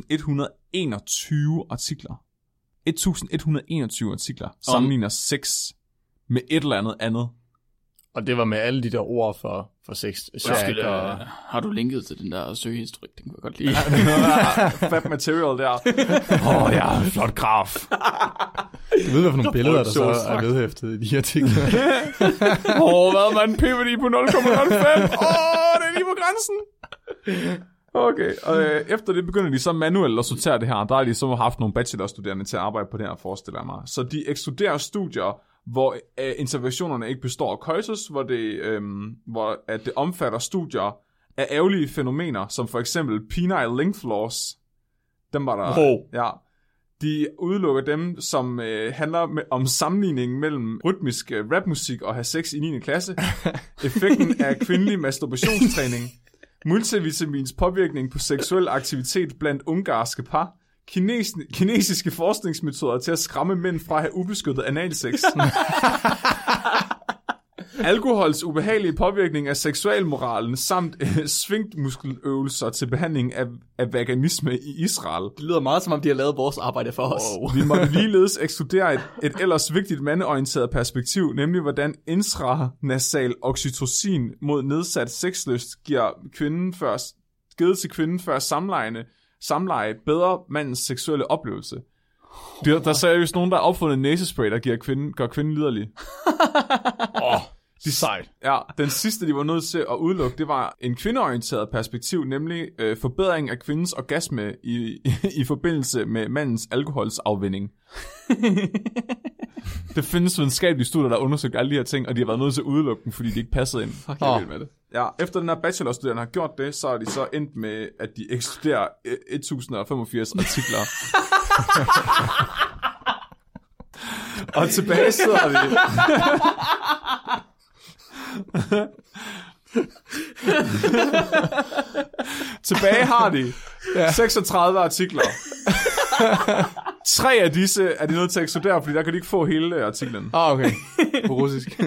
1121 artikler. 1121 artikler sammenligner 6 med et eller andet. Og det var med alle de der ord for sex. Har du linket til den der søgehistorik? Den kunne jeg godt lide. Fat material der. Ja, flot graf. Du ved, hvad for nogle billeder, der så er vedhæftet i de artikler. Hvad man PVD på 0,05? Det er lige på grænsen. Okay, og efter det begynder de så manuelt at sortere det her. Der har de så haft nogle bachelorstuderende til at arbejde på det her, forestiller jeg mig. Så de ekskluderer studier, hvor interventionerne ikke består af coitus, hvor det omfatter studier af ærgerlige fænomener, som for eksempel penile length loss. Dem var der. Ja. De udelukker dem, som handler om sammenligningen mellem rytmisk rapmusik og have sex i 9. klasse, effekten af kvindelig masturbationstræning, multivitamins påvirkning på seksuel aktivitet blandt ungarske par, kinesiske forskningsmetoder til at skræmme mænd fra at have ubeskyttet analsex, alkohols ubehagelige påvirkning af seksualmoralen samt svinktmuskeløvelser til behandling af veganisme i Israel. Det lyder meget som om, de har lavet vores arbejde for os. Vi måtte ligeledes ekskludere et ellers vigtigt mandeorienteret perspektiv, nemlig hvordan intranasal oxytocin mod nedsat sexlyst givet til kvinden før samleje bedre mandens seksuelle oplevelse. Der er seriøst nogen, der har opfundet næsespray, der gør kvinden liderlig. Sejt. Ja, den sidste, de var nødt til at udelukke, det var en kvindeorienteret perspektiv, nemlig forbedring af kvindens orgasme i forbindelse med mandens alkoholsafvinding. Det findes videnskabelige studier, der har undersøgt alle de her ting, og de har været nødt til at udelukke dem, fordi de ikke passede ind. Fuck, jeg vil med det. Ja, efter den her bachelorstuderende har gjort det, så er de så endt med, at de ekskluderer 1085 artikler. Og tilbage sidder de. Tilbage har de 36 artikler. 3 af disse er de nødt til at ekskludere, fordi der kan de ikke få hele artiklen. Okay. På russisk.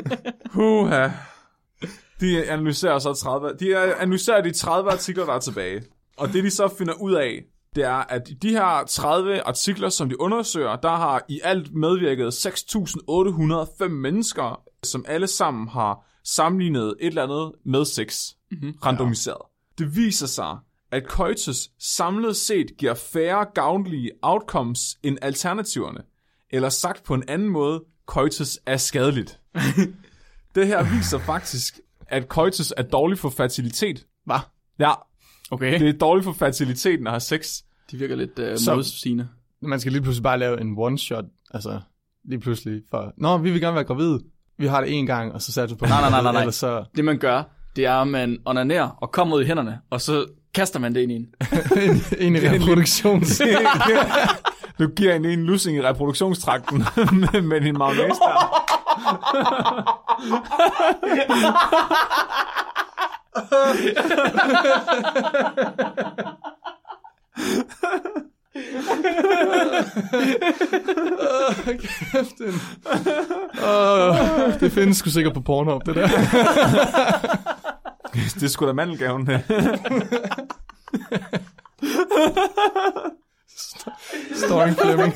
De analyserer de 30 artikler, der er tilbage. Og det de så finder ud af, det er, at de her 30 artikler, som de undersøger, der har i alt medvirket 6.805 mennesker, som alle sammen har sammenlignet et eller andet med sex, randomiseret. Det viser sig, at coitus samlet set giver færre gavnlige outcomes end alternativerne. Eller sagt på en anden måde, coitus er skadeligt. Det her viser faktisk, at coitus er dårligt for fertilitet. Hvad? Ja. Okay. Det er dårligt for fertiliteten at have sex. De virker lidt modsigende. Man skal lige pludselig bare lave en one-shot, altså lige pludselig for... vi vil gerne være gravide. Vi har det en gang, og så sætter du på... Nej. Så... Det man gør, det er, at man onanerer og kommer ud i hænderne, og så kaster man det ind i en. en i reproduktion. Du giver en lussing i reproduktionstrakten med din mayonnaise der. Det findes sgu sikkert på Pornhub, det der. Det er sgu da mandelgaven. Storing Fleming.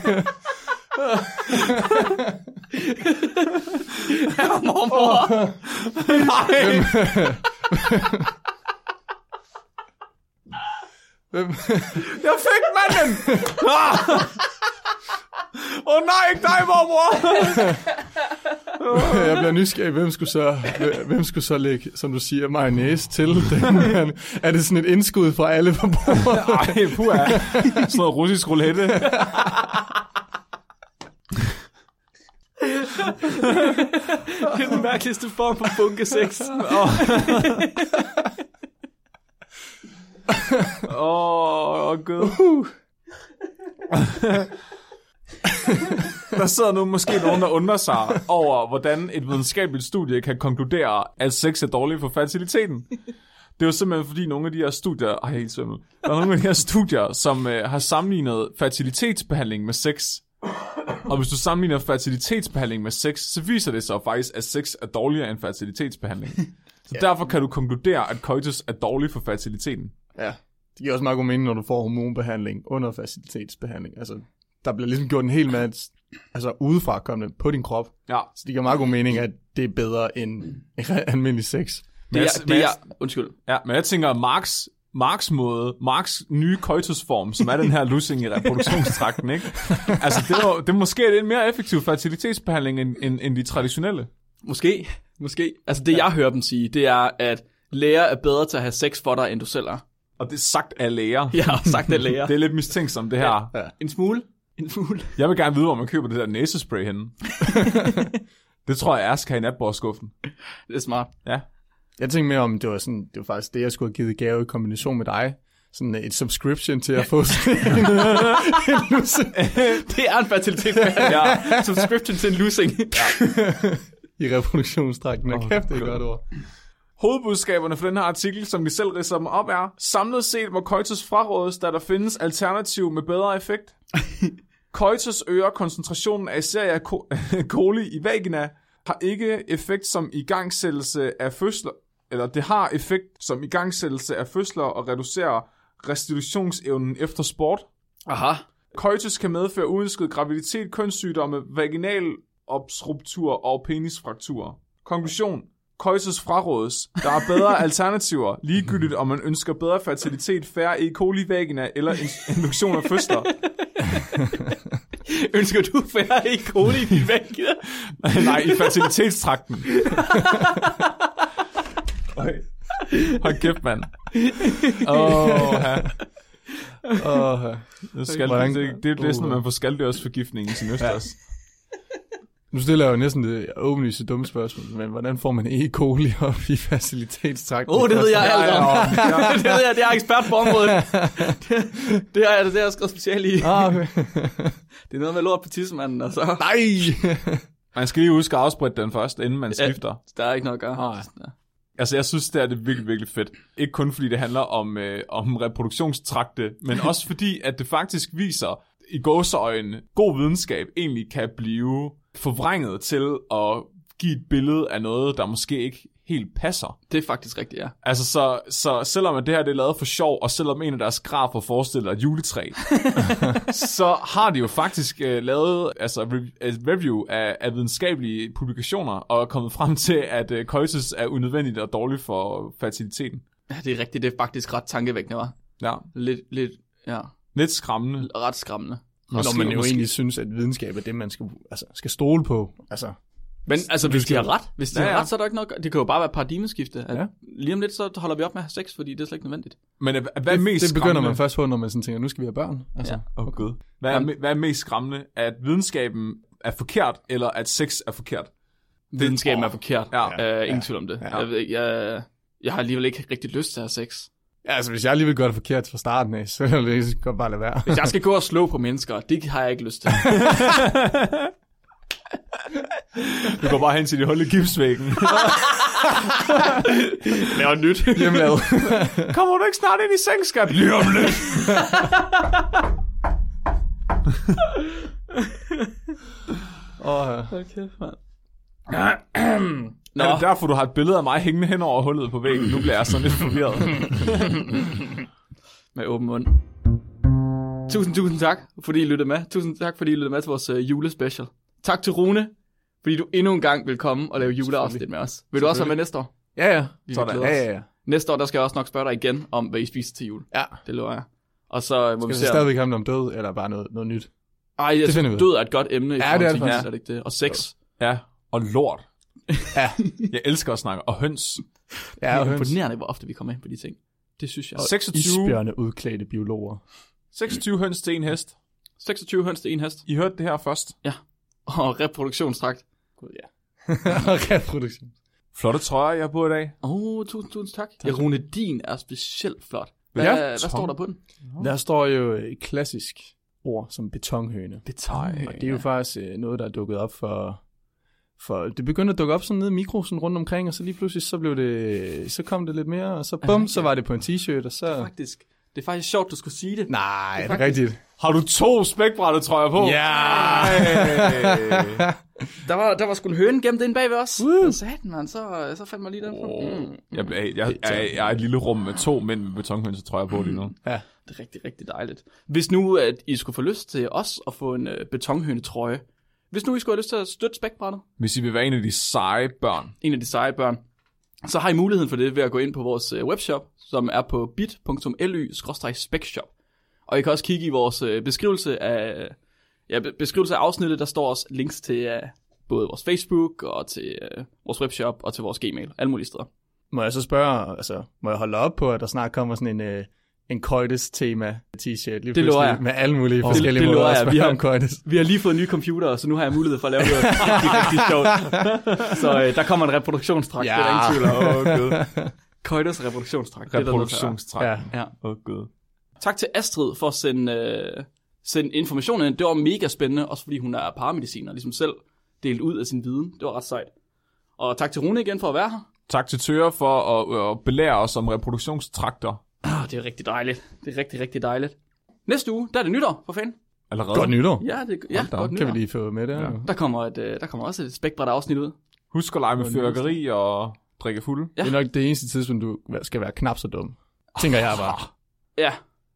Ja, mormor. Nej. Jeg fik manden. Nej, ikke dig, mormor. Jeg bliver nysgerrig, hvem skulle så lægge, som du siger, mayonnaise til den? Er det sådan et indskud fra alle på bordet? Ej, puha. Sådan noget russisk roulette. Det er den mærkeligste form for bunkesex. Gud. Der sidder nu måske nogen, der undrer sig over, hvordan et videnskabeligt studie kan konkludere, at sex er dårligt for fertiliteten. Det er jo simpelthen fordi nogle af de her studier... Ej, helt svimmel. Der er nogle af de her studier, som har sammenlignet fertilitetsbehandling med sex. Og hvis du sammenligner fertilitetsbehandling med sex, så viser det sig faktisk, at sex er dårligere end fertilitetsbehandling. Så derfor kan du konkludere, at coitus er dårlig for fertiliteten. Ja, det giver også meget god mening, når du får hormonbehandling under fertilitetsbehandling. Altså, der bliver ligesom gjort en hel masse udefra kommende på din krop. Ja. Så det giver meget god mening, at det er bedre end almindelig sex. Undskyld. Ja, men jeg tænker, Marks nye coitusform, som er den her lussing i reproduktionstrakten, ikke? Altså, det er måske en mere effektiv fertilitetsbehandling end de traditionelle. Måske. Altså, det jeg hører dem sige, det er, at læger er bedre til at have sex for dig, end du selv er. Og det er sagt af læger. Ja, sagt af læger. Det er lidt mistænksomt, det her. Ja. En smule. Jeg vil gerne vide, hvor man køber det der næsespray henne. Det tror jeg, skal have i natbordskuffen. Det er smart. Ja. Jeg tænkte mere om, det var faktisk det, jeg skulle have givet i gave i kombination med dig. Sådan et subscription til at få sådan en lussing. Det er en fertilitetsbehandling. Ja. Subscription til en lussing. I reproduktionstrakten. Kæft, det er godt ord. Hovedbudskaberne for den her artikel, som vi selv ridser dem op, er: samlet set må coitus frarådes, da der findes alternativ med bedre effekt. Coitus øger koncentrationen af Escherichia coli i vagina, har ikke effekt som igangsættelse af fødsler, eller det har effekt som igangsættelse af fødsler og reducerer restitutionsevnen efter sport. Aha. Coitus kan medføre uønsket graviditet, kønssygdomme, vaginal obstruktur og penisfraktur. Konklusion: coitus frarådes. Der er bedre alternativer, ligegyldigt om man ønsker bedre fertilitet, færre E. coli i vagina eller induktion af fødsler. Ønsker du færre E. coli i vagina? Nej, i fertilitetstrakten. Hold kæft, mand. Det er næsten, når man får skaldyrsforgiftning i sin østers. Nu stiller jeg jo næsten det åbenlyse dumme spørgsmål, men hvordan får man E. coli op i facilitetstrakten? Det ved jeg alt om. Det ved jeg, det er ekspert på området. Det har jeg skrevet special i. Okay. Det er noget med lort på tissemanden, og så... Nej! Man skal lige huske at afspritte den først, inden man skifter. Der er ikke noget at gøre. Altså, jeg synes, det er virkelig, virkelig fedt. Ikke kun fordi det handler om reproduktionstrakte, men også fordi, at det faktisk viser, i gåseøjne, god videnskab egentlig kan blive forvrænget til at give et billede af noget, der måske ikke helt passer. Det er faktisk rigtigt, ja. Altså, så selvom at det her det er lavet for sjov, og selvom en af deres grafer forestiller et juletræ, så har de jo faktisk lavet et review af videnskabelige publikationer, og er kommet frem til, at coitus er unødvendigt og dårligt for fertiliteten. Ja, det er rigtigt. Det er faktisk ret tankevækkende, hva'? Ja. Lidt skræmmende. Ret skræmmende. Når man jo egentlig synes, at videnskab er det, man skal stole på. Men altså, hvis de har ret, så er der ikke noget. Det kan jo bare være paradigmeskifte. Lige om lidt, så holder vi op med at have sex, fordi det er slet ikke nødvendigt. Men hvad er mest det begynder man først på, når man sådan tænker, nu skal vi have børn. Gud. Hvad er mest skræmmende? At videnskaben er forkert, eller at sex er forkert? Videnskaben er forkert. Ingen tvivl om det. Ja. Jeg har alligevel ikke rigtig lyst til at have sex. Ja, altså hvis jeg alligevel gør det forkert fra starten af, så vil jeg godt bare lade være. Hvis jeg skal gå og slå på mennesker, det har jeg ikke lyst til. Du går bare hen til de hul i gipsvæggen. Laver nyt. Hjemlavet. Kommer du ikke snart ind i seng, skat? Lige om lidt. Okay, mand. Er det derfor, du har et billede af mig hængende hen over hullet på væggen? Nu bliver jeg sådan lidt forvirret. Med åben mund. Tusind tak, fordi I lyttede med. Tusind tak, fordi I lyttede med til vores julespecial. Tak til Rune, fordi du endnu en gang vil komme og lave juleafsnit med os. Vil du også være med næste år? Ja. Ja. Næste år, der skal jeg også nok spørge dig igen om, hvad I spiser til jul. Ja. Det lover jeg. Og så må vi se. Stadigvæk handle om død, eller bare noget nyt? Ej, jeg synes, død er et godt emne. Ja, det er det faktisk. Det. Og sex. Ja. Og lort. Ja. Jeg elsker at snakke. Og høns. Ja, Det og er høns. imponerende, hvor ofte vi kommer ind på de ting. Det synes jeg. 26, Isbjørne udklædte biologer. 26 høns til en hest. 26 høns til en hest. I hørte det her først. Ja. Og reproduktionstrakt. Gud, ja. Reproduktion. Flotte trøjer, jeg har på i dag. Tusind tak. Ja, Rune, din er specielt flot. Hvad står der på den? Der står jo et klassisk ord som betonhøne. Beton. Og det er jo faktisk noget, der er dukket op for det begyndte at dukke op sådan nede i mikro, sådan rundt omkring, og så lige pludselig, så kom det lidt mere, og så bum, så var det på en t-shirt, og så... Det er faktisk sjovt, du skulle sige det. Nej, det er rigtigt. Har du 2 spækbrætte trøjer på? Ja! Der var sgu en høne gemt inde bag ved os. Satan, man, så fandt man lige den på. Jeg er et lille rum med 2 mænd med betonhønsetrøjer på lige nu. Ja. Det er rigtig, rigtig dejligt. Hvis nu, at I skulle få lyst til os at få en betonhønetrøje, hvis nu I skulle have lyst til at støtte spækbrættet, Hvis I vil være en af de seje børn. en af de seje børn, så har I muligheden for det ved at gå ind på vores webshop, som er på bit.ly/specshop. Og I kan også kigge i vores beskrivelse af afsnittet, der står også links til både vores Facebook og til vores webshop og til vores Gmail, alle mulige steder. Må jeg så spørge, altså, må jeg holde op på, at der snart kommer sådan en Coitus-tema t-shirt lige lover jeg. med alle mulige forskellige det måder lover at jeg. spørge om Coitus. Vi har lige fået nye computere, så nu har jeg mulighed for at lave noget rigtig, rigtig sjovt. Så der kommer en reproduktionstrakt, Ja. det er der ingen tvivl om. Coitus reproduktionstrakt. Reproduktionstrakt. Ja. Ja. Gud. Tak til Astrid for at sende information ind. Det var mega spændende, også fordi hun er paramediciner, ligesom selv delt ud af sin viden. Det var ret sejt. Og tak til Rune igen for at være her. Tak til Tøre for at belære os om reproduktionstrakter. Det er rigtig dejligt. Det er rigtig, rigtig dejligt. Næste uge, der er det nytår, for fanden. Allerede. Godt nytår. Ja, godt nytår. Kan vi lige få med det? Ja. Der kommer også et spækbræt afsnit ud. Husk at lege med fyrværkeri og drikke fuld. Ja. Det er nok det eneste tidspunkt, du skal være knap så dum. Tænker jeg bare. Ja.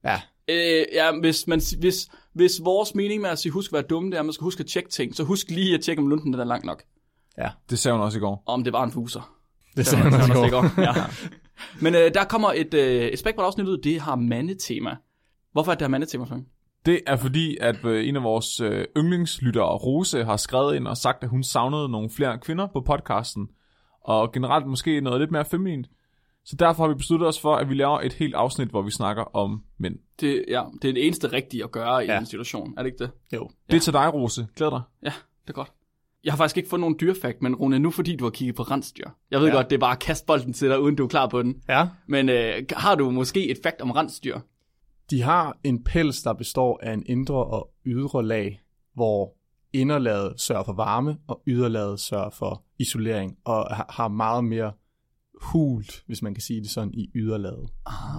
Ja. Hvis vores mening med at sige, husk at være dumme, det er, at man skal huske at tjekke ting, så husk lige at tjekke, om lunden den er lang nok. Ja. Det sagde hun også i går. Og om det var en fuser. Det sagde man også i går. Ja. Men der kommer et spækbræt afsnit ud, det har mandetema. Hvorfor er det her mandetema, Frank? Det er fordi, at en af vores yndlingslyttere, Rose, har skrevet ind og sagt, at hun savnede nogle flere kvinder på podcasten. Og generelt måske noget lidt mere feminint. Så derfor har vi besluttet os for, at vi laver et helt afsnit, hvor vi snakker om mænd. Det er det eneste rigtige at gøre i en situation, er det ikke det? Jo. Det er til dig, Rose. Glæd dig. Ja, det er godt. Jeg har faktisk ikke fået nogen dyrfakt, men Rune, nu fordi du har kigget på rensdyr. Jeg ved godt, det er bare at kaste bolden til dig, uden du er klar på den. Ja. Men har du måske et fakt om rensdyr? De har en pels, der består af en indre og ydre lag, hvor inderlaget sørger for varme, og yderlaget sørger for isolering, og har meget mere hult, hvis man kan sige det sådan, i yderlaget.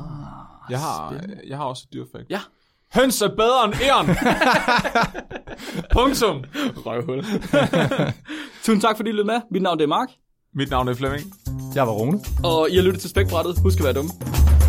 Jeg har også et dyrfakt. Ja. Høns er bedre end æren! Punktum. Røvhul. Tusind tak, fordi I lyttede med. Mit navn er Mark. Mit navn er Flemming. Jeg var Rune. Og I har lyttet til Spækbrættet. Husk at være dumme.